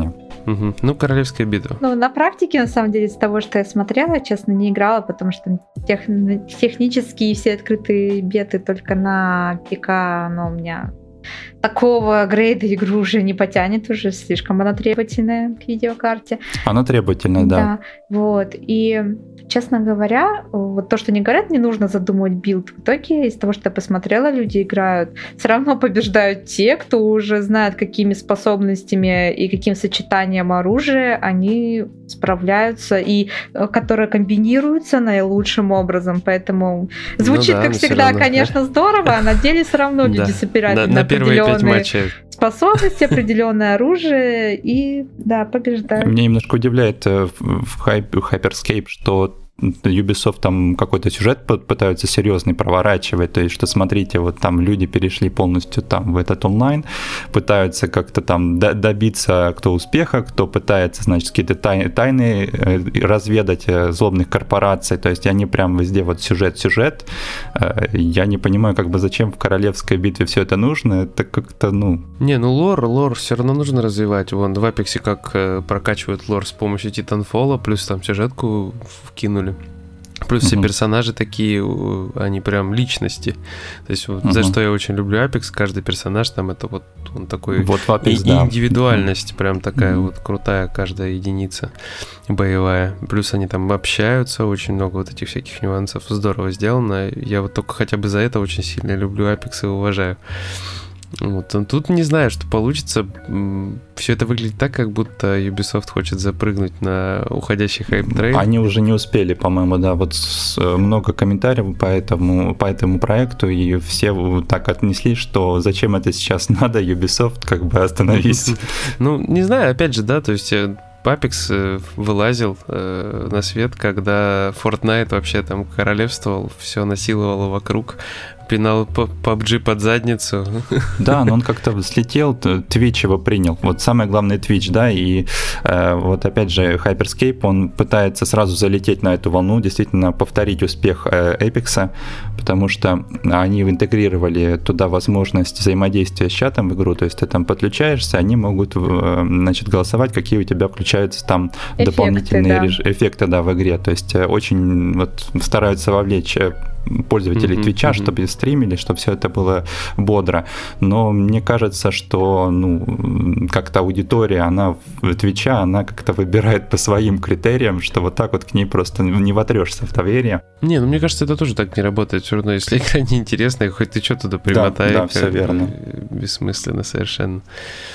Угу. Ну, королевская битва. Ну, на практике, на самом деле, из того, что я смотрела, честно, не играла, потому что технические все открытые беты только на ПК, но у меня такого грейда игру уже не потянет, уже слишком она требовательная к видеокарте. Она требовательная, да. Да, вот. И, честно говоря, вот то, что не говорят, не нужно задумывать билд. В итоге, из того, что я посмотрела, люди играют, все равно побеждают те, кто уже знает, какими способностями и каким сочетанием оружия они справляются, и которые комбинируются наилучшим образом. Поэтому звучит, как всегда, конечно, здорово, а на деле все равно люди собирают на первые 5 матчей способности, определенное оружие и, да, побеждают. Меня немножко удивляет в Hyperscape, что Ubisoft там какой-то сюжет пытаются серьезный проворачивать, то есть что смотрите, вот там люди перешли полностью там в этот онлайн, пытаются как-то там добиться кто успеха, кто пытается, значит, какие-то тайны разведать злобных корпораций, то есть они прям везде вот сюжет. Я не понимаю, как бы зачем в королевской битве все это нужно, это как-то, Не, лор все равно нужно развивать. Вон в Apex как прокачивают лор с помощью Titanfall, плюс там сюжетку вкинули. Плюс все персонажи такие, они прям личности. То есть за что я очень люблю Apex, каждый персонаж там это вот он такой вот Apex, да. Индивидуальность прям такая вот крутая каждая единица боевая. Плюс они там общаются, очень много вот этих всяких нюансов. Здорово сделано. Я вот только хотя бы за это очень сильно люблю Apex и уважаю. Вот. Тут не знаю, что получится. Все это выглядит так, как будто Ubisoft хочет запрыгнуть на уходящий хайп-трейн. Они уже не успели, по-моему, да. Вот много комментариев по этому проекту, и все так отнеслись, что зачем это сейчас надо, Ubisoft, как бы остановись. Ну, не знаю, опять же, да, то есть Apex вылазил на свет, когда Fortnite вообще там королевствовал, все насиловало вокруг, пинал PUBG под задницу. Да, но он как-то слетел, Twitch его принял. Вот самое главное Twitch, да, и вот опять же Hyperscape, он пытается сразу залететь на эту волну, действительно повторить успех Apex, потому что они интегрировали туда возможность взаимодействия с чатом в игру, то есть ты там подключаешься, они могут, значит, голосовать, какие у тебя включаются там дополнительные эффекты, да, в игре, то есть очень вот стараются вовлечь пользователей Твича, чтобы стримили, чтобы все это было бодро. Но мне кажется, что как-то аудитория, она в Твича, она как-то выбирает по своим критериям, что вот так вот к ней просто не вотрешься в доверие. Не, мне кажется, это тоже так не работает. Все равно, если игра неинтересная, хоть ты что туда примотай. Да, все верно. Бессмысленно совершенно.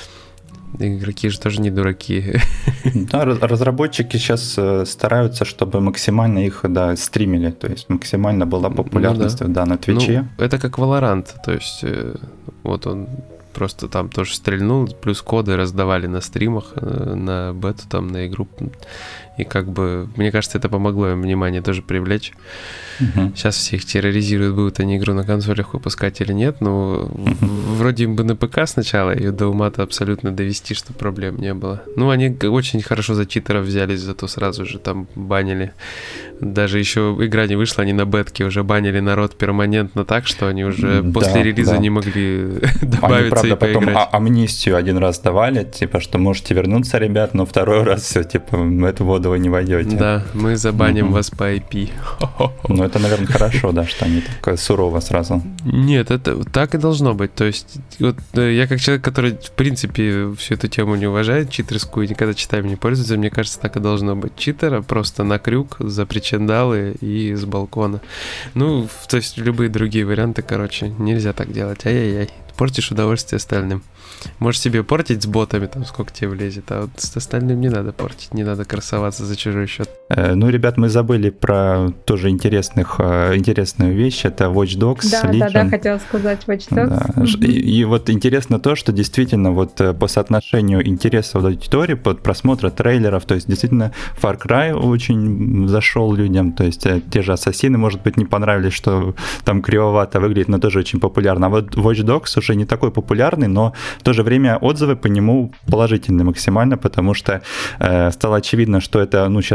Игроки же тоже не дураки. Да, разработчики сейчас стараются, чтобы максимально их, стримили, то есть максимально была популярность, на Твиче. Это как Valorant, то есть вот он просто там тоже стрельнул, плюс коды раздавали на стримах, на бету, там, на игру. И как бы, мне кажется, это помогло им внимание тоже привлечь. Сейчас всех терроризируют, будут они игру на консолях выпускать или нет, но вроде им бы на ПК сначала ее до ума-то абсолютно довести, чтобы проблем не было. Они очень хорошо за читеров взялись, зато сразу же там банили. Даже еще игра не вышла, они на бетке уже банили народ перманентно так, что они уже после релиза не могли добавиться. Они, правда, потом амнистию один раз давали, типа, что можете вернуться, ребят, но второй раз все, типа, в эту воду вы не войдете. Да, мы забаним вас по IP. Ну, это, наверное, хорошо, да, что они так сурово сразу. Нет, это так и должно быть. То есть, вот я как человек, который, в принципе, всю эту тему не уважает, читерскую, никогда читаем не пользуется, мне кажется, так и должно быть. Читера просто на крюк за причиндалы и с балкона. То есть, любые другие варианты, короче, нельзя так делать. Ай-яй-яй. Портишь удовольствие остальным. Можешь себе портить с ботами, там сколько тебе влезет, а вот с остальным не надо портить, не надо красоваться за чужой счет. Ребят, мы забыли про тоже интересную вещь, это Watch Dogs. Да, хотела сказать Watch Dogs. Да. И вот интересно то, что действительно вот по соотношению интереса аудитории под просмотра трейлеров, то есть действительно Far Cry очень зашел людям, то есть те же Ассасины, может быть, не понравились, что там кривовато выглядит, но тоже очень популярно. А вот Watch Dogs уже не такой популярный, но в то же время отзывы по нему положительные максимально, потому что стало очевидно, что это, сейчас не флагман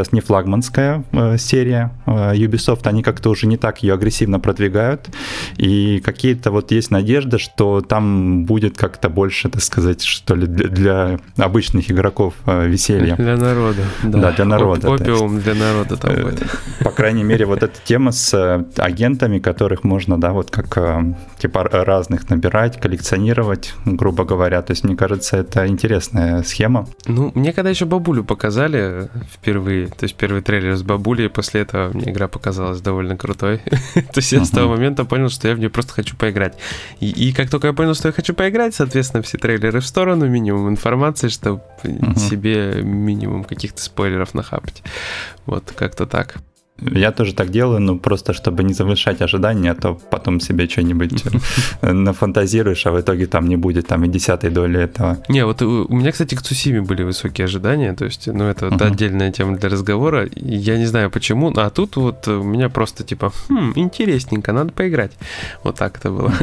флагманская серия Ubisoft, они как-то уже не так ее агрессивно продвигают, и какие-то вот есть надежды, что там будет как-то больше, так сказать, что ли, для обычных игроков веселья. Для народа, да. Да, для народа. Опиум для народа там будет. По крайней мере, вот эта тема с агентами, которых можно, да, вот как типа разных набирать, коллекционировать, грубо говоря. То есть, мне кажется, это интересная схема. Ну, мне когда еще бабулю показали впервые, то есть первый трейлер с бабулей, после этого мне игра показалась довольно крутой. То есть я с того момента понял, что я в нее просто хочу поиграть. И как только я понял, что я хочу поиграть, соответственно, все трейлеры в сторону, минимум информации, чтобы себе минимум каких-то спойлеров нахапать. Вот, как-то так. Я тоже так делаю, ну просто чтобы не завышать ожидания, а то потом себе что-нибудь нафантазируешь, а в итоге там не будет там и 10 доли этого. Не, вот у меня, кстати, к Цусиме были высокие ожидания, то есть, ну это отдельная тема для разговора, я не знаю почему, а тут вот у меня просто типа, интересненько, надо поиграть. Вот так это было.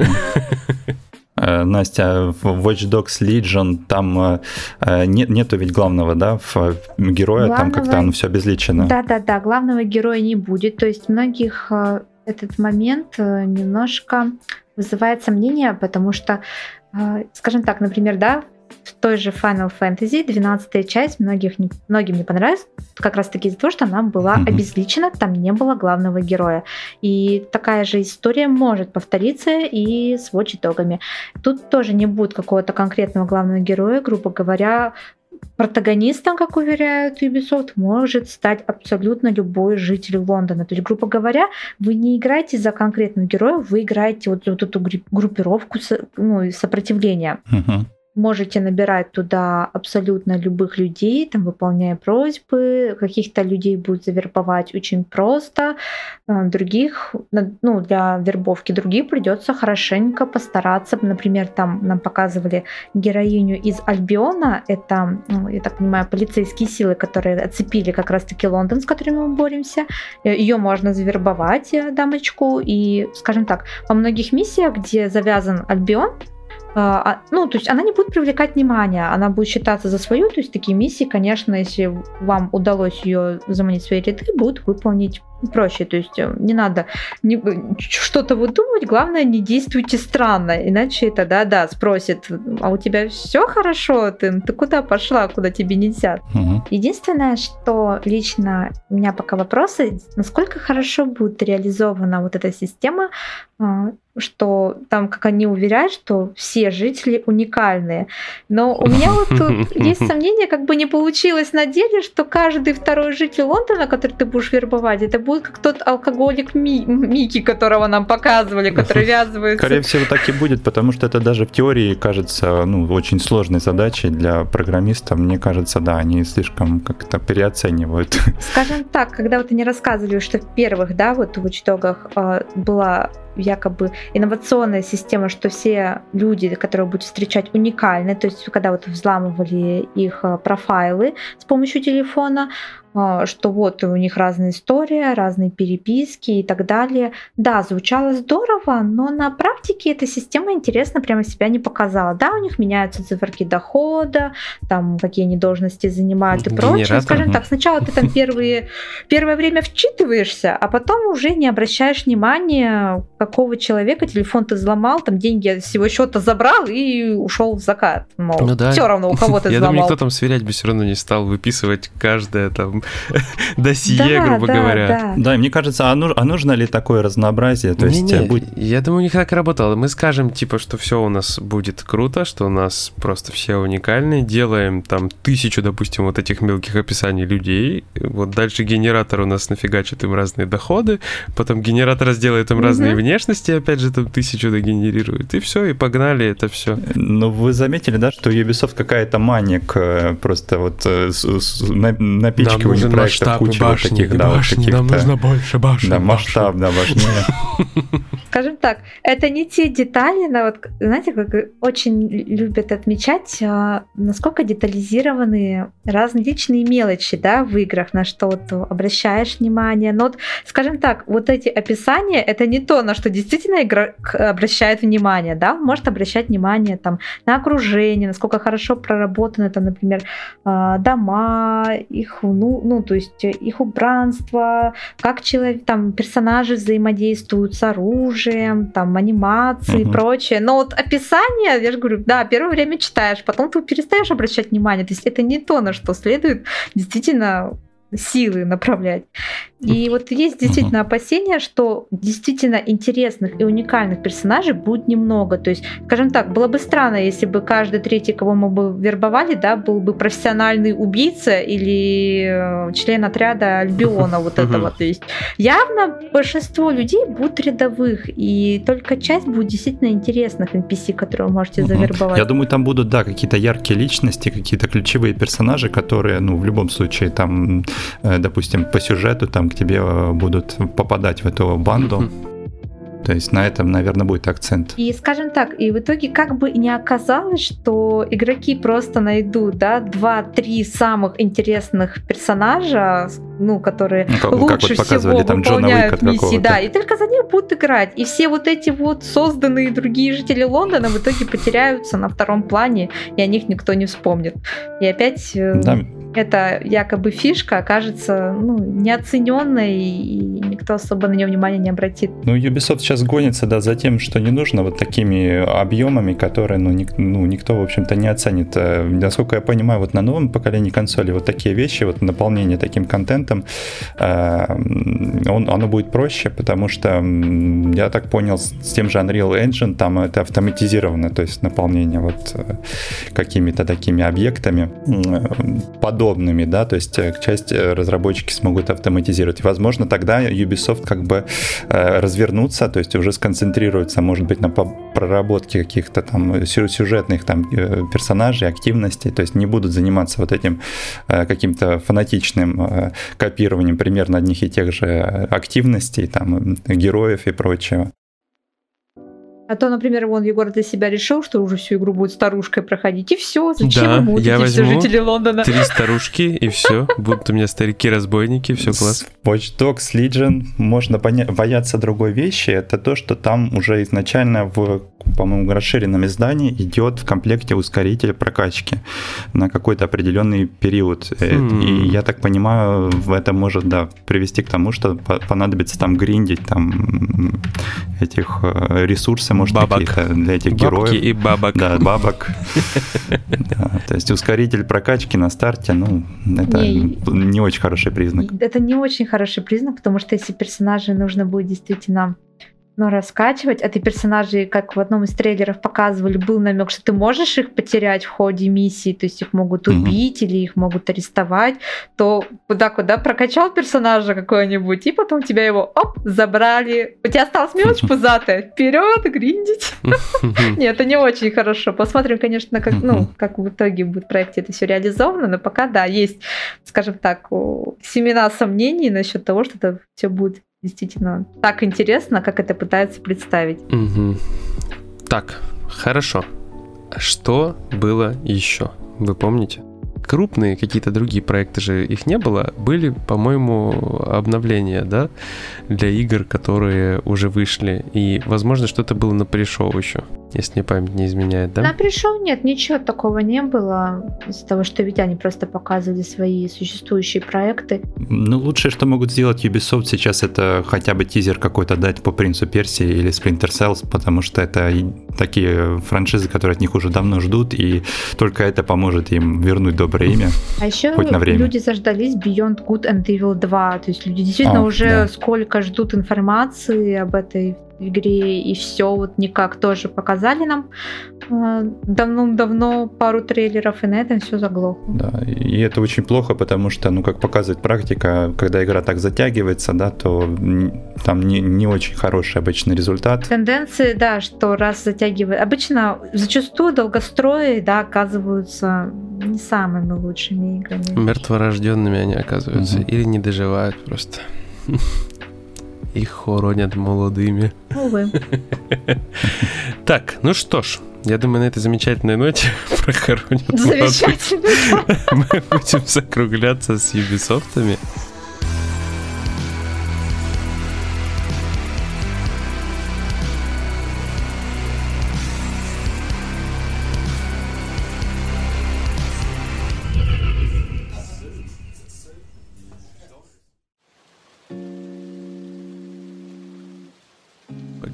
Настя, в Watch Dogs Legion там нету ведь главного, да, героя, главного... там как-то оно все обезличено. Да, главного героя не будет, то есть многих этот момент немножко вызывает сомнения, потому что, скажем так, например, да, в той же Final Fantasy 12-я часть многим не понравилась как раз-таки из-за того, что она была обезличена, там не было главного героя. И такая же история может повториться и с Watch Dogs'ами. Тут тоже не будет какого-то конкретного главного героя, грубо говоря, протагонистом, как уверяют Ubisoft, может стать абсолютно любой житель Лондона. То есть, грубо говоря, вы не играете за конкретного героя, вы играете вот эту группировку сопротивления. Можете набирать туда абсолютно любых людей, там, выполняя просьбы, каких-то людей будет завербовать очень просто, других, для вербовки других придется хорошенько постараться. Например, там нам показывали героиню из Альбиона, это, я так понимаю, полицейские силы, которые оцепили как раз-таки Лондон, с которыми мы боремся. Ее можно завербовать, дамочку, и, скажем так, во многих миссиях, где завязан Альбион, то есть она не будет привлекать внимание, она будет считаться за свою, то есть такие миссии, конечно, если вам удалось ее заманить в свои ряды, будут выполнить проще, то есть не надо что-то выдумывать, главное, не действуйте странно, иначе это, спросит, а у тебя все хорошо, ты куда пошла, куда тебе нельзя? Единственное, что лично у меня пока вопросы, насколько хорошо будет реализована вот эта система, что там, как они уверяют, что все жители уникальные. Но у меня вот тут есть сомнение, как бы не получилось на деле, что каждый второй житель Лондона, который ты будешь вербовать, это будет как тот алкоголик Микки, которого нам показывали, который ввязывается. Скорее всего, так и будет, потому что это даже в теории кажется очень сложной задачей для программистов. Мне кажется, да, они слишком как-то переоценивают. Скажем так, когда вот они рассказывали, что в первых, да, вот в Watch Dogs'ах была якобы инновационная система, что все люди, которые будут встречать, уникальны, то есть когда вот взламывали их профайлы с помощью телефона, что вот у них разная история, разные переписки и так далее. Да, звучало здорово, но на практике эта система интересно прямо себя не показала. Да, у них меняются циферки дохода, там какие они должности занимают и прочее. Скажем так, сначала ты там первое время вчитываешься, а потом уже не обращаешь внимания, какого человека телефон ты взломал, там деньги с его счета забрал и ушел в закат. Мол, все равно у кого ты взломал. Я думаю, никто там сверять бы все равно не стал выписывать каждое там досье, грубо говоря. Да, и мне кажется, а нужно ли такое разнообразие? То есть, я думаю, у них так работало. Мы скажем, типа, что все у нас будет круто, что у нас просто все уникальные, делаем там 1000, допустим, вот этих мелких описаний людей, вот дальше генератор у нас нафигачит им разные доходы, потом генератор сделает им разные внешности, опять же там 1000 догенерирует, и все, и погнали это все. Ну, вы заметили, да, что у Ubisoft какая-то мания к просто вот напичкиванию проектов, куча вот таких, башни, нам нужно больше башен. Да, масштаб, да, важнее. Скажем так, это не те детали, но вот, знаете, как очень любят отмечать, насколько детализированы различные мелочи, да, в играх, на что ты обращаешь внимание. Но вот, скажем так, вот эти описания, это не то, на что действительно игрок обращает внимание, да, он может обращать внимание там на окружение, насколько хорошо проработаны там, например, дома, их, то есть их убранство, как человек, там, персонажи взаимодействуют с оружием, там, анимации и прочее. Но вот описание, я же говорю, да, первое время читаешь, потом ты перестаешь обращать внимание. То есть это не то, на что следует действительно силы направлять. И вот есть действительно опасения, что действительно интересных и уникальных персонажей будет немного. То есть, скажем так, было бы странно, если бы каждый третий, кого мы бы вербовали, да, был бы профессиональный убийца или член отряда Альбиона вот этого. То есть явно большинство людей будут рядовых, и только часть будет действительно интересных NPC, которые вы можете завербовать. Я думаю, там будут, да, какие-то яркие личности, какие-то ключевые персонажи, которые, в любом случае, там, допустим, по сюжету, там, к тебе будут попадать в эту банду. То есть на этом, наверное, будет акцент. И, скажем так, и в итоге как бы не оказалось, что игроки просто найдут, да, 2-3 самых интересных персонажа, которые лучше вот всего там выполняют миссии, да, и только за них будут играть. И все вот эти вот созданные другие жители Лондона в итоге потеряются на втором плане, и о них никто не вспомнит. И опять... эта якобы фишка окажется неоцененной, и никто особо на нее внимания не обратит. Ubisoft сейчас гонится, да, за тем, что не нужно, вот такими объемами, которые, никто, в общем-то, не оценит. Насколько я понимаю, вот на новом поколении консолей вот такие вещи, вот наполнение таким контентом, оно будет проще, потому что, я так понял, с тем же Unreal Engine там это автоматизировано, то есть наполнение вот какими-то такими объектами, подобными, да, то есть часть разработчики смогут автоматизировать. Возможно, тогда Ubisoft как бы развернутся, то есть уже сконцентрируются, может быть, на проработке каких-то там сюжетных там персонажей, активностей, то есть не будут заниматься вот этим каким-то фанатичным копированием примерно одних и тех же активностей, там, героев и прочего. А то, например, Егор для себя решил, что уже всю игру будет старушкой проходить, и все. Зачем ему вот эти все жители Лондона? 3 старушки, и все. Будут у меня старики-разбойники, все классно. Watch Dogs Legion можно бояться другой вещи. Это то, что там уже изначально в, по-моему, расширенном издании идет в комплекте ускоритель прокачки на какой-то определенный период. И я так понимаю, это может, да, привести к тому, что понадобится там гриндить там этих ресурсов, может, какие-то для этих героев. Бабки и бабок. Да, бабок. То есть ускоритель прокачки на старте, это не очень хороший признак. Это не очень хороший признак, потому что если персонажей нужно будет действительно раскачивать, а ты персонажей, как в одном из трейлеров показывали, был намек, что ты можешь их потерять в ходе миссии, то есть их могут убить или их могут арестовать, то вот так вот, да, прокачал персонажа какой-нибудь, и потом тебя его, забрали. У тебя осталась мелочь пузатая, вперед гриндить. Нет, это не очень хорошо. Посмотрим, конечно, как в итоге будет в проекте это все реализовано, но пока, да, есть, скажем так, семена сомнений насчет того, что это все будет действительно так интересно, как это пытаются представить. Так, хорошо. Что было еще? Вы помните? Крупные какие-то другие проекты же их не было. Были, по-моему, обновления, да, для игр, которые уже вышли. И, возможно, что-то было на пришоу еще, если мне память не изменяет, да? На пришоу нет, ничего такого не было. Из-за того, что ведь они просто показывали свои существующие проекты. Лучшее, что могут сделать Ubisoft сейчас, это хотя бы тизер какой-то дать по Принцу Персии или Splinter Cells, потому что это такие франшизы, которые от них уже давно ждут, и только это поможет им вернуть доброе имя. А еще люди заждались Beyond Good and Evil 2, то есть люди действительно уже сколько ждут информации об этой игре, и все вот никак тоже показали нам давно пару трейлеров, и на этом все заглохло. Да, и это очень плохо, потому что, как показывает практика, когда игра так затягивается, да, то там не очень хороший обычный результат. Тенденции, да, что раз затягивает. Обычно, зачастую долгострои, да, оказываются не самыми лучшими играми. Мертворожденными они оказываются, или не доживают просто. Их хоронят молодыми. Увы. Так, что ж, я думаю, на этой замечательной ноте прохоронят молодых. Мы будем закругляться с Ubisoft'ами.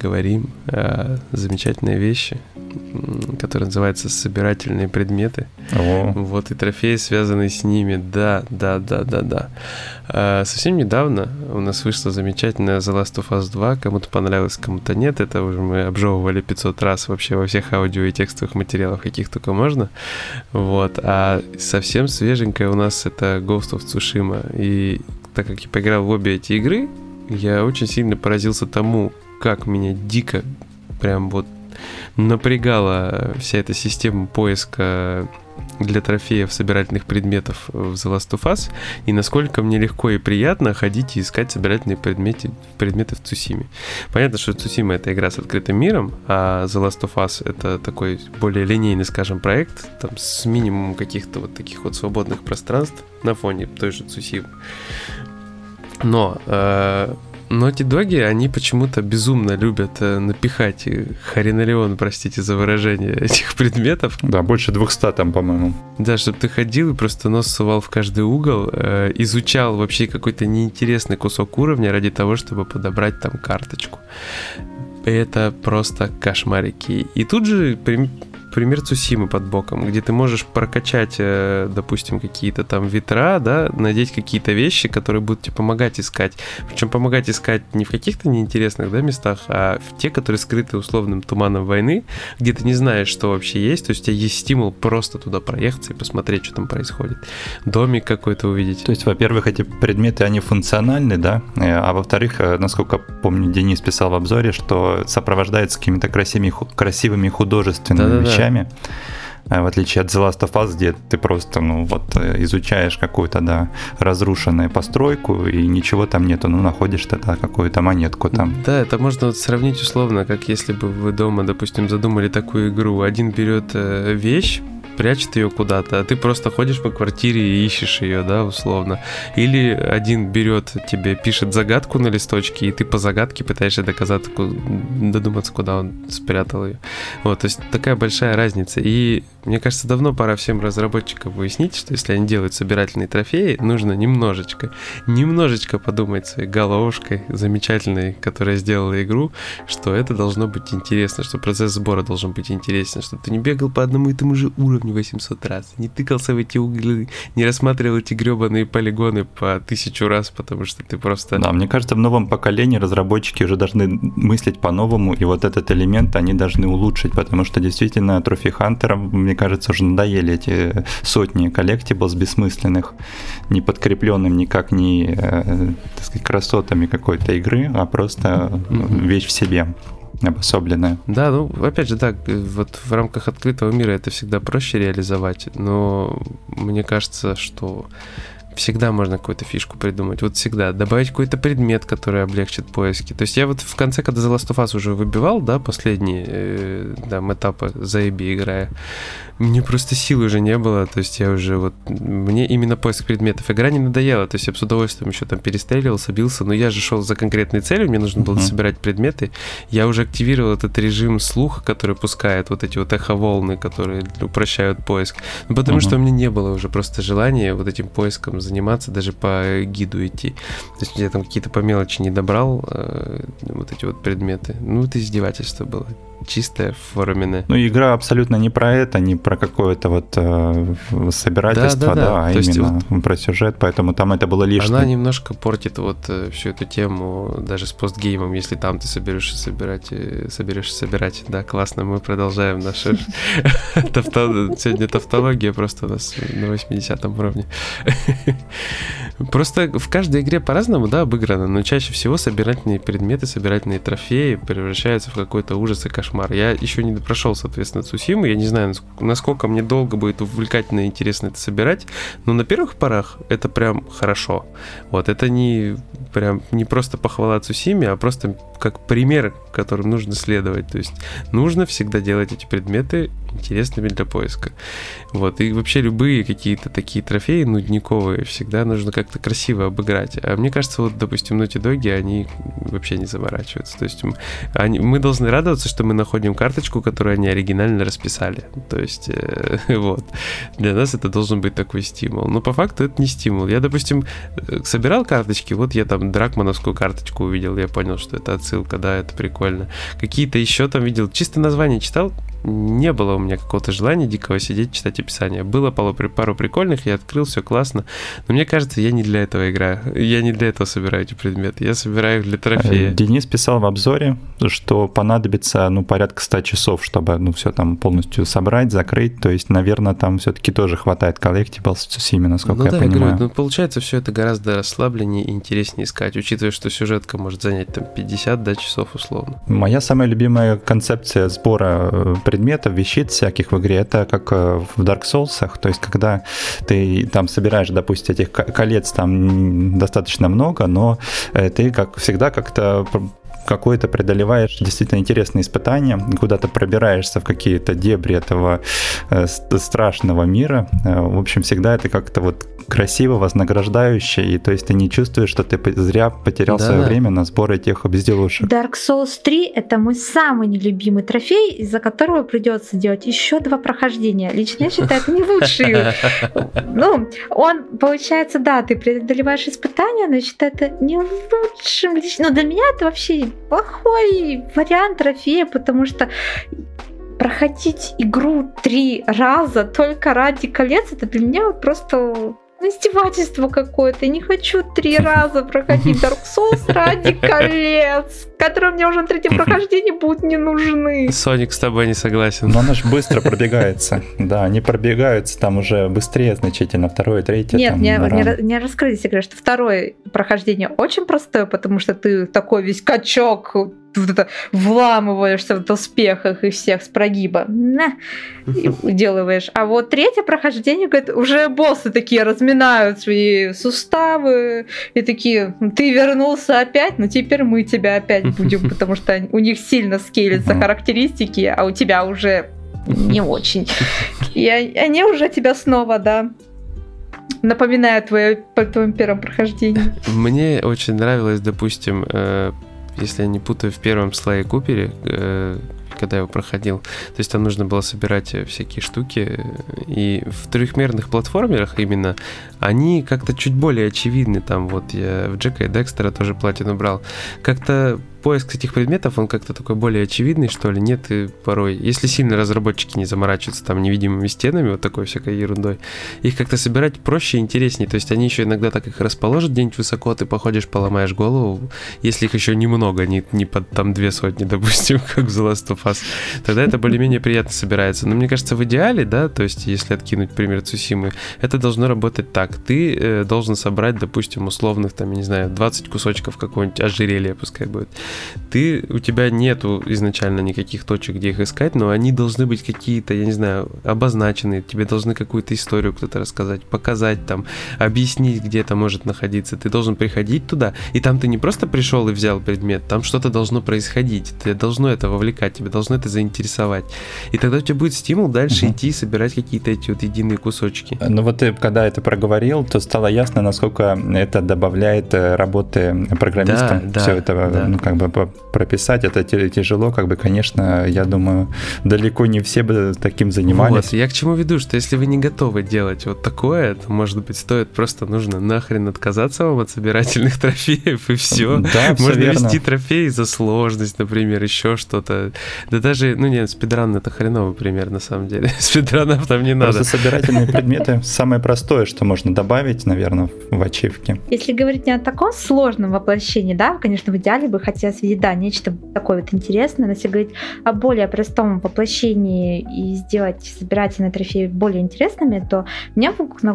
поговорим о замечательной вещи, которая называется «Собирательные предметы». Вот и трофеи, связанные с ними. Да. Совсем недавно у нас вышла замечательная The Last of Us 2. Кому-то понравилось, кому-то нет. Это уже мы обжевывали 500 раз вообще во всех аудио и текстовых материалах, каких только можно. Вот. А совсем свеженькая у нас это Ghost of Tsushima. И так как я поиграл в обе эти игры, я очень сильно поразился тому, как меня дико прям вот напрягала вся эта система поиска для трофеев собирательных предметов в The Last of Us, и насколько мне легко и приятно ходить и искать собирательные предметы в Цусиме. Понятно, что Цусима — это игра с открытым миром, а The Last of Us — это такой более линейный, скажем, проект, там с минимумом каких-то вот таких вот свободных пространств на фоне той же Цусимы. Но Naughty Dog, они почему-то безумно любят напихать хренолеон, простите за выражение, этих предметов. Да, больше 200 там, по-моему. Да, чтобы ты ходил и просто нос сувал в каждый угол, изучал вообще какой-то неинтересный кусок уровня ради того, чтобы подобрать там карточку. Это просто кошмарики. И тут же пример Цусимы под боком, где ты можешь прокачать, допустим, какие-то там ветра, да, надеть какие-то вещи, которые будут тебе помогать искать. Причем помогать искать не в каких-то неинтересных, да, местах, а в те, которые скрыты условным туманом войны, где ты не знаешь, что вообще есть. То есть у тебя есть стимул просто туда проехаться и посмотреть, что там происходит. Домик какой-то увидеть. То есть, во-первых, эти предметы, они функциональны, да, а во-вторых, насколько помню, Денис писал в обзоре, что сопровождается какими-то красивыми художественными вещами. В отличие от The Last of Us, где ты просто, изучаешь какую-то, да, разрушенную постройку, и ничего там нету, находишь тогда какую-то монетку там. Да, это можно сравнить условно, как если бы вы дома, допустим, задумали такую игру. Один берет вещь, прячет ее куда-то, а ты просто ходишь по квартире и ищешь ее, да, условно. Или один берет тебе, пишет загадку на листочке, и ты по загадке пытаешься додуматься, куда он спрятал ее. Вот, то есть такая большая разница. И мне кажется, давно пора всем разработчикам выяснить, что если они делают собирательные трофеи, нужно немножечко подумать своей головушкой замечательной, которая сделала игру, что это должно быть интересно, что процесс сбора должен быть интересен, чтобы ты не бегал по одному и тому же уровню 800 раз, не тыкался в эти углы, не рассматривал эти гребаные полигоны по 1000 раз, потому что ты просто... Да, мне кажется, в новом поколении разработчики уже должны мыслить по-новому, и вот этот элемент они должны улучшить, потому что действительно трофи-хантерам, мне кажется, уже надоели эти сотни коллектиблс бессмысленных, не подкрепленным никак ни, так сказать, красотами какой-то игры, а просто вещь в себе. Обособленная. Да, опять же, да, вот в рамках открытого мира это всегда проще реализовать, но мне кажется, что всегда можно какую-то фишку придумать. Вот всегда. Добавить какой-то предмет, который облегчит поиски. То есть я вот в конце, когда The Last of Us уже выбивал, да, последние этапы заеби играя, мне просто сил уже не было. То есть я уже мне именно поиск предметов. Игра не надоела. То есть я бы с удовольствием еще там перестреливался, бился, но я же шел за конкретной целью, мне нужно было собирать предметы. Я уже активировал этот режим слуха, который пускает вот эти вот эховолны, которые упрощают поиск. Потому что у меня не было уже просто желания вот этим поиском заниматься, даже по гиду идти. То есть я там какие-то по мелочи не добрал вот эти вот предметы. Это издевательство было. Чистое, форменное. Игра абсолютно не про это, не про какое-то собирательство, да, а именно про сюжет, поэтому там это было лишнее. Она немножко портит всю эту тему даже с постгеймом, если там ты соберешься собирать. Да, классно, мы продолжаем нашу сегодня тавтология просто у нас на 80-м уровне. Просто в каждой игре по-разному, да, обыграно, но чаще всего собирательные предметы, собирательные трофеи превращаются в какой-то ужас и кошмар. Я еще не прошел, соответственно, Цусиму, я не знаю, насколько мне долго будет увлекательно и интересно это собирать, но на первых порах это прям хорошо. Вот, это не просто похвала Цусиме, а просто как пример, которым нужно следовать. То есть нужно всегда делать эти предметы интересными для поиска. Вот, и вообще любые какие-то такие трофеи нудниковые всегда нужно как-то красиво обыграть. А мне кажется, вот, допустим, Naughty Dog, они вообще не заморачиваются. То есть мы должны радоваться, что мы находим карточку, которую они оригинально расписали. То есть, вот, для нас это должен быть такой стимул. Но по факту это не стимул. Я, допустим, собирал карточки, вот я там дракмановскую карточку увидел, я понял, что это отсылка, да, это прикольно. Какие-то еще там видел, чисто название читал, не было у меня какого-то желания дикого сидеть, читать описание. Было пару прикольных, я открыл, все классно. Но мне кажется, я не для этого играю. Я не для этого собираю эти предметы. Я собираю их для трофея. Денис писал в обзоре, что понадобится, порядка 100 часов, чтобы, все там полностью собрать, закрыть. То есть, наверное, там все-таки тоже хватает collectibles в Симе, насколько я понимаю. Говорю, получается, все это гораздо расслабленнее и интереснее искать, учитывая, что сюжетка может занять там 50 часов условно. Моя самая любимая концепция сбора предметов, вещиц всяких в игре, это как в Dark Souls, то есть когда ты там собираешь, допустим, этих колец там достаточно много, но ты, как всегда, как-то какое-то преодолеваешь действительно интересные испытания, куда-то пробираешься в какие-то дебри этого страшного мира. В общем, всегда это как-то вот красиво, вознаграждающе, и то есть ты не чувствуешь, что ты зря потерял свое время на сбор этих безделушек. Dark Souls 3 — это мой самый нелюбимый трофей, из-за которого придется делать еще 2 прохождения. Лично я считаю, это не лучший. Он, получается, да, ты преодолеваешь испытания, но я считаю, это не лучшим лично. Но для меня это вообще плохой вариант трофея, потому что проходить игру 3 раза только ради колец, это для меня просто издевательство какое-то. Я не хочу 3 раза проходить Dark Souls ради колец, которые мне уже на 3-м прохождении будут не нужны. Соник с тобой не согласен. Но она же быстро пробегается. Да, они пробегаются там уже быстрее значительно. 2-й, 3-й. Нет, не раскрыли секрет, что 2-е прохождение очень простое, потому что ты такой весь качок, вот это вламываешься в доспехах и всех с прогиба и уделываешь. А вот 3-е прохождение, говорит, уже боссы такие разминают свои суставы и такие: ты вернулся опять, но теперь мы тебя опять будем, потому что у них сильно скейлятся характеристики, а у тебя уже не очень. И они уже тебя снова, да, напоминаю по твоему первому прохождению. Мне очень нравилось, допустим, если я не путаю, в первом Слае Купере, когда я его проходил, то есть там нужно было собирать всякие штуки, и в трехмерных платформерах именно они как-то чуть более очевидны. Там вот я в Джека и Декстера тоже платину брал. Как-то поиск этих предметов, он как-то такой более очевидный, что ли, нет, и порой, если сильно разработчики не заморачиваются там невидимыми стенами, вот такой всякой ерундой, их как-то собирать проще и интереснее, то есть они еще иногда так их расположат где-нибудь высоко, ты походишь, поломаешь голову, если их еще немного, не под там 200, допустим, как в The Last of Us, тогда это более-менее приятно собирается. Но мне кажется, в идеале, да, то есть если откинуть пример Цусимы, это должно работать так, ты должен собрать, допустим, условных, там, я не знаю, 20 кусочков какого-нибудь ожерелья, пускай будет. У тебя нету изначально никаких точек, где их искать, но они должны быть какие-то, я не знаю, обозначенные, тебе должны какую-то историю кто-то рассказать, показать там, объяснить, где это может находиться. Ты должен приходить туда, и там ты не просто пришел и взял предмет, там что-то должно происходить, ты должно это вовлекать, тебя должно это заинтересовать. И тогда у тебя будет стимул дальше идти, собирать какие-то эти вот единые кусочки. Ну вот ты, когда это проговорил, то стало ясно, насколько это добавляет работы программистам. Да, все это, как бы прописать, это тяжело, как бы, конечно, я думаю, далеко не все бы таким занимались. Вот, я к чему веду, что если вы не готовы делать вот такое, то, может быть, нужно нахрен отказаться вам от собирательных трофеев, и все. Да, можно верно. вести трофеи за сложность, например, еще что-то. Да даже, нет, спидран — это хреновый пример, на самом деле. Спидранов там не надо. Просто собирательные предметы самое простое, что можно добавить, наверное, в ачивке. Если говорить не о таком сложном воплощении, да, конечно, в идеале бы хотелось видеть, да, нечто такое вот интересное, но если говорить о более простом воплощении и сделать собирательные трофеи более интересными, то мне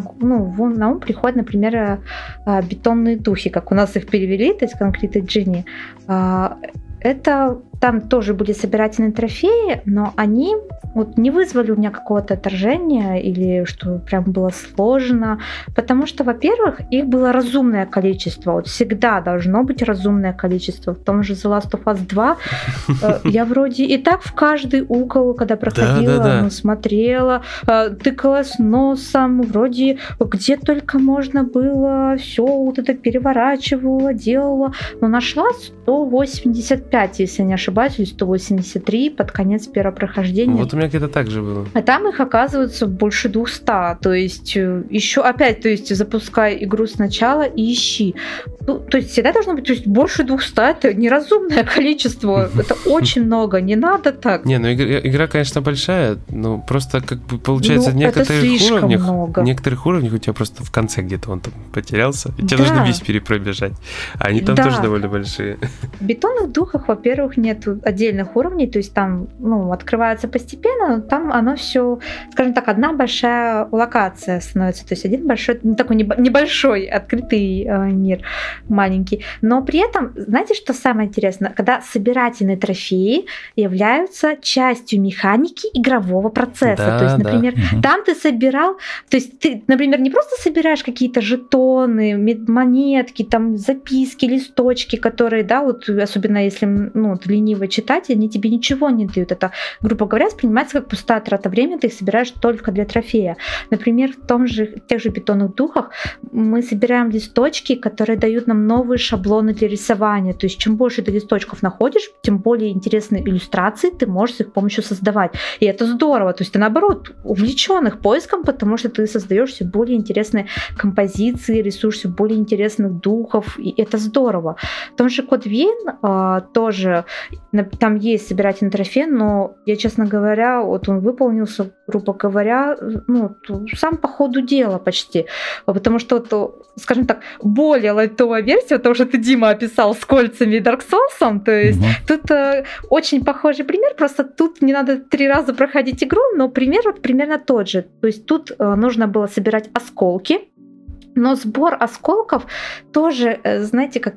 на ум приходят, например, бетонные духи, как у нас их перевели, то есть Concrete Genie. это там тоже были собирательные трофеи, но они вот не вызвали у меня какого-то отторжения или что прям было сложно, потому что, во-первых, их было разумное количество, вот всегда должно быть разумное количество. В том же The Last of Us 2 я вроде и так в каждый угол, когда проходила, смотрела, тыкалась носом, вроде где только можно было, все вот это переворачивала, делала, но нашла 185, если не ошибаюсь, или 183 под конец первого прохождения. Вот у меня где-то так же было. А там их оказывается больше 200, то есть еще опять, то есть запускай игру сначала и ищи. Ну, то есть всегда должно быть, то есть больше 200, это неразумное количество, это очень много, не надо так. Не, ну игра, конечно, большая, но просто как бы получается в некоторых уровнях у тебя просто в конце где-то он там потерялся, и тебе нужно весь перепробежать, а они там тоже довольно большие. В Бетонных духах, во-первых, нет отдельных уровней, то есть там, открывается постепенно, но там оно все, скажем так, одна большая локация становится, то есть один большой, такой небольшой открытый мир, маленький. Но при этом, знаете, что самое интересное? Когда собирательные трофеи являются частью механики игрового процесса. Да, то есть, например, там ты собирал, то есть ты, например, не просто собираешь какие-то жетоны, монетки, там записки, листочки, которые, да, вот особенно если лениво читать, они тебе ничего не дают. Это, грубо говоря, воспринимается как пустая трата времени, ты их собираешь только для трофея. Например, в тех же Бетонных духах мы собираем листочки, которые дают нам новые шаблоны для рисования. То есть чем больше ты листочков находишь, тем более интересные иллюстрации ты можешь с их помощью создавать. И это здорово. То есть ты, наоборот, увлечен их поиском, потому что ты создаешь все более интересные композиции, рисуешь все более интересных духов, и это здорово. В том же Код Вейн тоже, там есть собирательный трофей, но я, честно говоря, вот он выполнился, грубо говоря, сам по ходу дела почти. Потому что, скажем так, более лайтовая версия, того, что ты, Дима, описал с кольцами и Dark Souls, то есть тут очень похожий пример, просто тут не надо 3 раза проходить игру, но пример вот примерно тот же. То есть тут нужно было собирать осколки, но сбор осколков тоже, знаете, как...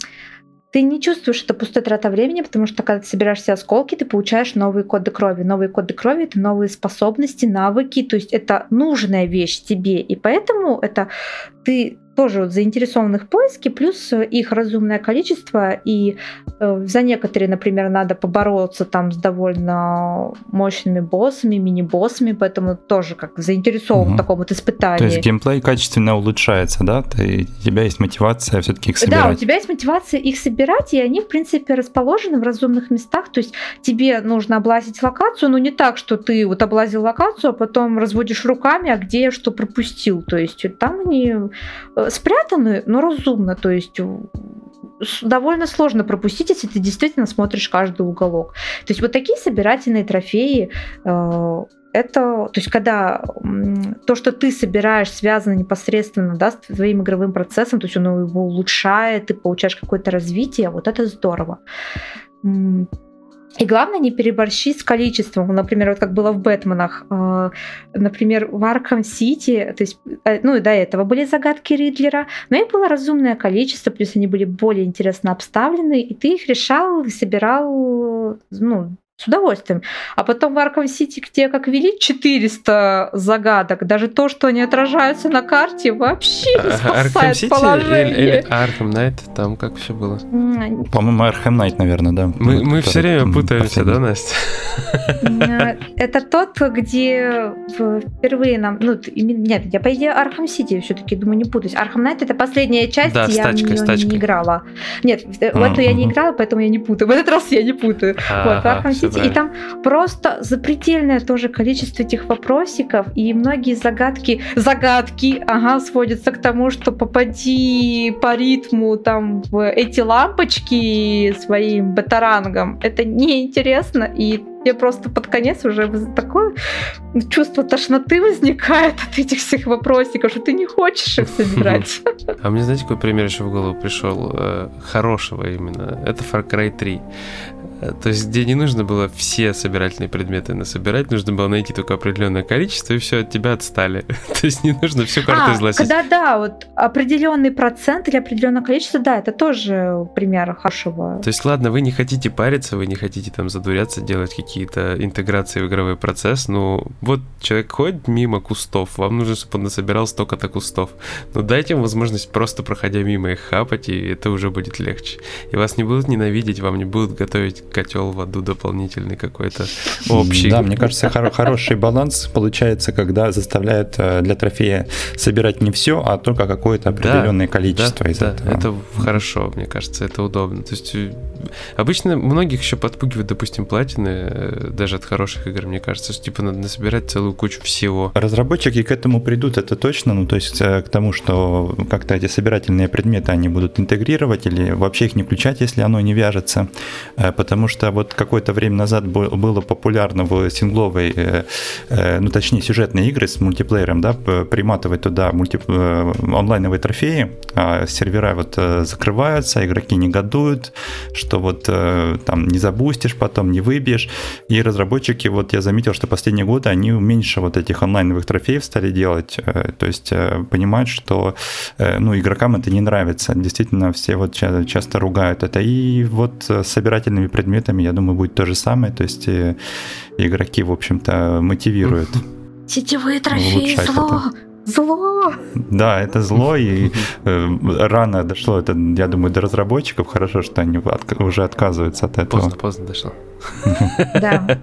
Ты не чувствуешь это пустой трата времени, потому что когда ты собираешь все осколки, ты получаешь новые коды крови. Новые коды крови — это новые способности, навыки, то есть это нужная вещь тебе, и поэтому это ты тоже заинтересован в поиске, плюс их разумное количество, и за некоторые, например, надо побороться там с довольно мощными боссами, мини-боссами, поэтому тоже как заинтересован в таком вот испытании. То есть геймплей качественно улучшается, да? У тебя есть мотивация все-таки их собирать. Да, у тебя есть мотивация их собирать, и они, в принципе, расположены в разумных местах, то есть тебе нужно облазить локацию, но не так, что ты вот облазил локацию, а потом разводишь руками, а где я что пропустил, то есть там они спрятаны, но разумно, то есть довольно сложно пропустить, если ты действительно смотришь каждый уголок. То есть вот такие собирательные трофеи, это, то есть когда то, что ты собираешь, связано непосредственно, да, с твоим игровым процессом, то есть он его улучшает, ты получаешь какое-то развитие, вот это здорово. И главное не переборщить с количеством. Например, вот как было в Бэтменах. Например, в Арkham Сити, то есть, и до этого были загадки Ридлера, но их было разумное количество, плюс они были более интересно обставлены, и ты их решал, собирал, с удовольствием. А потом в Arkham City, где как вели 400 загадок, даже то, что они отражаются на карте, вообще не спасает положение. Или Arkham Knight, там как все было? По-моему, Arkham Knight, наверное, да. Мы все время путаемся, да, Настя? Это тот, где впервые нам... Нет, я, по идее, Arkham City все-таки, думаю, не путаюсь. Arkham Knight — это последняя часть, да, я в нее не играла. Нет, в эту я не играла, поэтому я не путаю. В этот раз я не путаю. Вот, Arkham City. И там просто запредельное тоже количество этих вопросиков, и многие загадки, сводятся к тому, что попади по ритму там в эти лампочки своим батарангом. Это неинтересно, и тебе просто под конец уже такое чувство тошноты возникает от этих всех вопросиков, что ты не хочешь их собирать. А мне, знаете, какой пример еще в голову пришел? Хорошего именно. Это Far Cry 3. То есть, где не нужно было все собирательные предметы насобирать, нужно было найти только определенное количество, и все, от тебя отстали. То есть не нужно всю карту излазить. Да, вот определенный процент или определенное количество, да, это тоже пример хорошего. То есть, ладно, вы не хотите париться, вы не хотите там задуряться, делать какие-то интеграции в игровой процесс, ну, вот человек ходит мимо кустов, вам нужно, чтобы он насобирал столько-то кустов. Ну, дайте ему возможность просто, проходя мимо, их хапать, и это уже будет легче. И вас не будут ненавидеть, вам не будут готовить котел в аду дополнительный какой-то общий. Да, мне кажется, хороший баланс получается, когда заставляют для трофея собирать не все, а только какое-то определенное количество из этого. Это хорошо, мне кажется, это удобно. То есть обычно многих еще подпугивают, допустим, платины, даже от хороших игр, мне кажется, что типа надо насобирать целую кучу всего. Разработчики к этому придут, это точно, ну то есть к тому, что как-то эти собирательные предметы они будут интегрировать или вообще их не включать, если оно не вяжется, потому что вот какое-то время назад было популярно в сингловой, ну точнее сюжетные игры с мультиплеером, да, приматывать туда онлайновые трофеи, а сервера вот закрываются, игроки негодуют, что вот там не забустишь, потом не выбьешь, и разработчики, вот я заметил, что последние годы они меньше вот этих онлайновых трофеев стали делать, то есть понимают, что ну, игрокам это не нравится, действительно все вот часто ругают это, и вот с собирательными предметами, я думаю, будет то же самое, то есть игроки, в общем-то, мотивируют. Сетевые трофеи, зло! Да, это зло, и рано дошло это, я думаю, до разработчиков, хорошо, что они уже отказываются от этого. Поздно дошло. Да.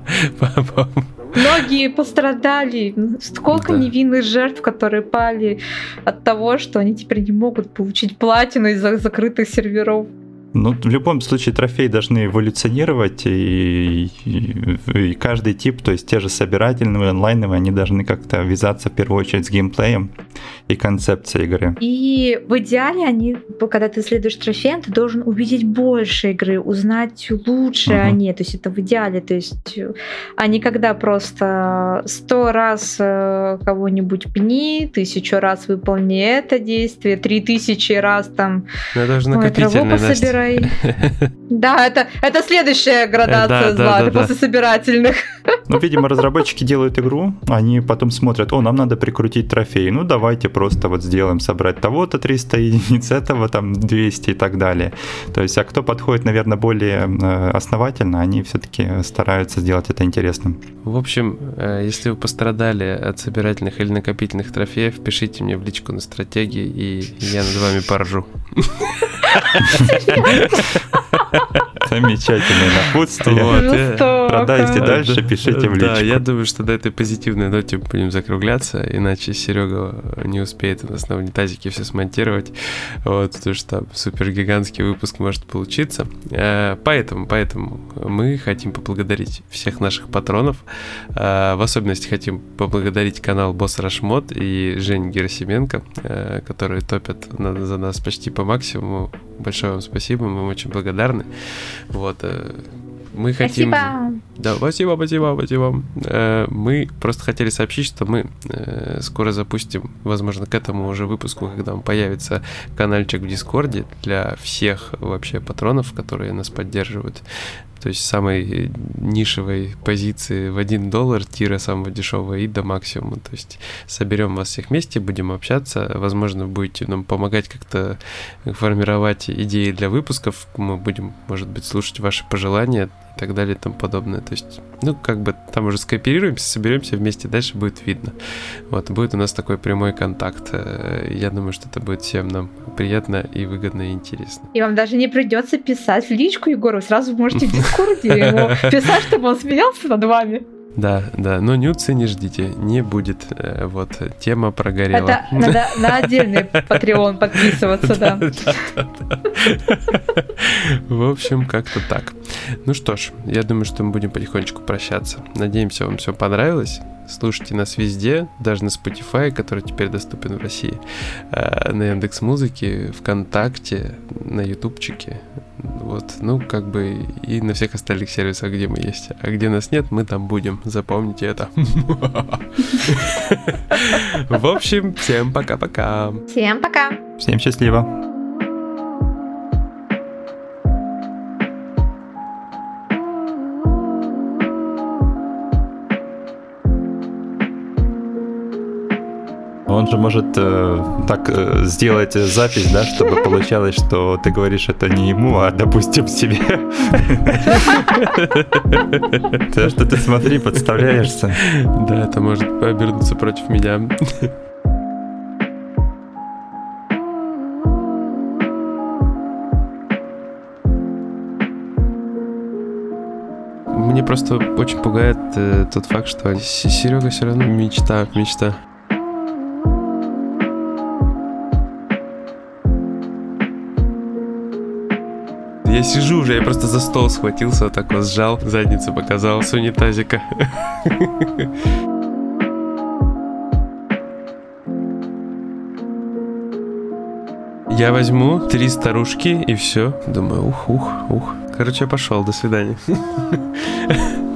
Многие пострадали, сколько невинных жертв, которые пали от того, что они теперь не могут получить платину из-за закрытых серверов. Ну, в любом случае трофеи должны эволюционировать, и каждый тип, то есть те же собирательные, онлайновые, они должны как-то вязаться в первую очередь с геймплеем и концепцией игры. И в идеале когда ты исследуешь трофеи, ты должен увидеть больше игры, узнать лучше о ней, то есть это в идеале, то есть а не когда просто 100 раз кого-нибудь пни, 1000 раз выполни это действие, 3000 раз там траву пособирай. Да, это следующая градация зла, это после собирательных. Ну, видимо, разработчики делают игру, они потом смотрят, нам надо прикрутить трофеи, ну, давайте просто вот сделаем, собрать того-то 300 единиц, этого там 200 и так далее. То есть, а кто подходит, наверное, более основательно, они все-таки стараются сделать это интересным. В общем, если вы пострадали от собирательных или накопительных трофеев, пишите мне в личку на стратегии, и я над вами поржу. Замечательное напутствие. Продайте дальше, пишите в личку. Да, я думаю, что до этой позитивной ноте будем закругляться, иначе Серега не успеет у нас на унитазике все смонтировать, вот, потому что там супер гигантский выпуск может получиться. Поэтому мы хотим поблагодарить всех наших патронов, в особенности хотим поблагодарить канал Босс Рашмод и Жень Герасименко, которые топят за нас почти по максимуму. Большое вам спасибо, мы вам очень благодарны. Вот, мы хотим... Спасибо. Да, спасибо. Мы просто хотели сообщить, что мы скоро запустим, возможно, к этому уже выпуску, когда он появится, канальчик в Дискорде для всех вообще патронов, которые нас поддерживают. То есть с самой нишевой позиции в $1 тира самого дешевого и до максимума. То есть соберем вас всех вместе, будем общаться. Возможно, будете нам помогать как-то формировать идеи для выпусков. Мы будем, может быть, слушать ваши пожелания и так далее и тому подобное. То есть, там уже скооперируемся, соберемся вместе, дальше будет видно. Вот, будет у нас такой прямой контакт. Я думаю, что это будет всем нам приятно и выгодно и интересно. И вам даже не придется писать в личку Егору, сразу можете в Дискорде ему писать, чтобы он смеялся над вами. Да, но нюцы не ждите, не будет. Вот, тема прогорела. Это надо на отдельный Patreon подписываться, да. В общем, как-то так. Ну что ж, я думаю, что мы будем потихонечку прощаться. Надеемся, вам все понравилось. Слушайте нас везде, даже на Spotify, который теперь доступен в России, на Яндекс.Музыке, ВКонтакте, на Ютубчике. Вот, и на всех остальных сервисах, где мы есть. А где нас нет, мы там будем. Запомните это. В общем, всем пока-пока. Всем пока. Всем счастливо. же может так сделать запись, да, чтобы получалось, что ты говоришь это не ему, а, допустим, себе. Так что ты смотри, подставляешься. Да, это может обернуться против меня. Мне просто очень пугает тот факт, что Серега все равно мечта. Я сижу уже, я просто за стол схватился, вот так вот сжал, задницу показал с унитазика. Я возьму 3 старушки и все. Думаю, ух. Короче, я пошел, до свидания.